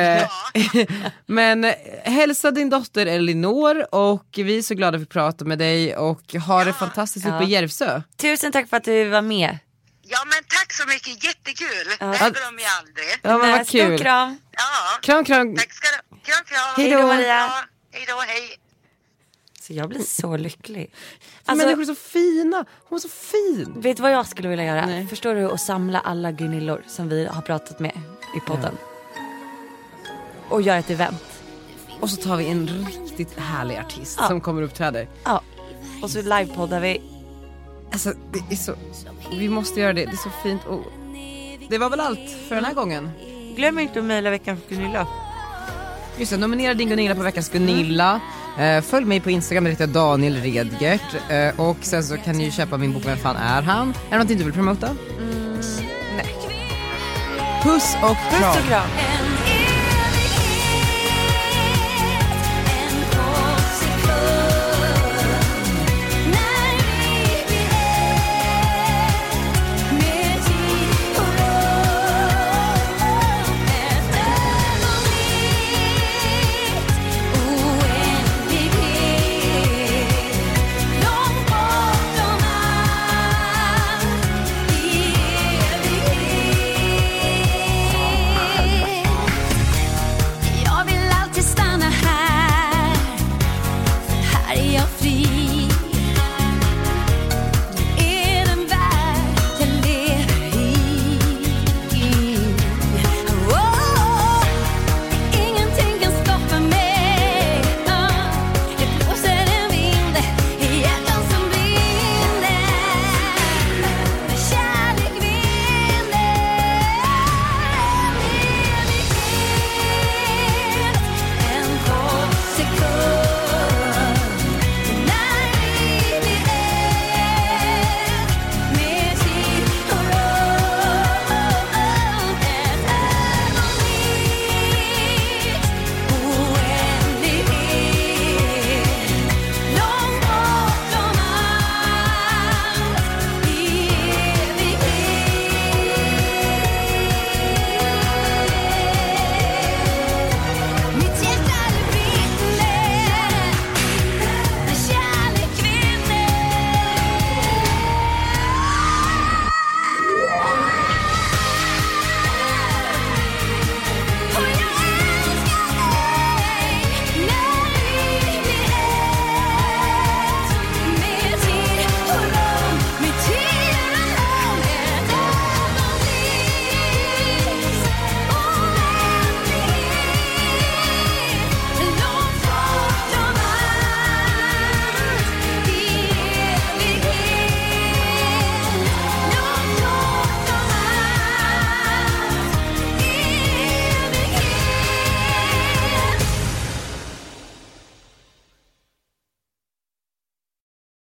Men hälsa din dotter Elinor, och vi är så glada för att prata med dig, och ha det fantastiskt uppe i Järvsö. Tusen tack för att du var med. Ja, men tack så mycket, jättekul. Det här de ju aldrig. Ja, men vad kul. Stor kram. Ja. Kram. Tack ska du. Kram. Hej då, Maria. Ja, hej då, hej. Så jag blir så lycklig. Alltså, människor är så fina. Hon är så fin. Vet du vad jag skulle vilja göra? Nej. Förstår du, att samla alla Gunillor som vi har pratat med i podden. Och göra ett event. Och så tar vi en riktigt härlig artist som kommer uppträda. Ja. Och så livepoddar vi. Alltså, det är så... Vi måste göra det. Det är så fint. Och det var väl allt för den här gången. Glöm inte att mejla Veckans Gunilla. Just det, nominera din Gunilla på Veckans Gunilla. Följ mig på Instagram, det heter Daniel Redgert. Och sen så kan ni ju köpa min bok Vem fan är han? Är det någonting du vill promota? Nej. Puss och kram. Puss och kram.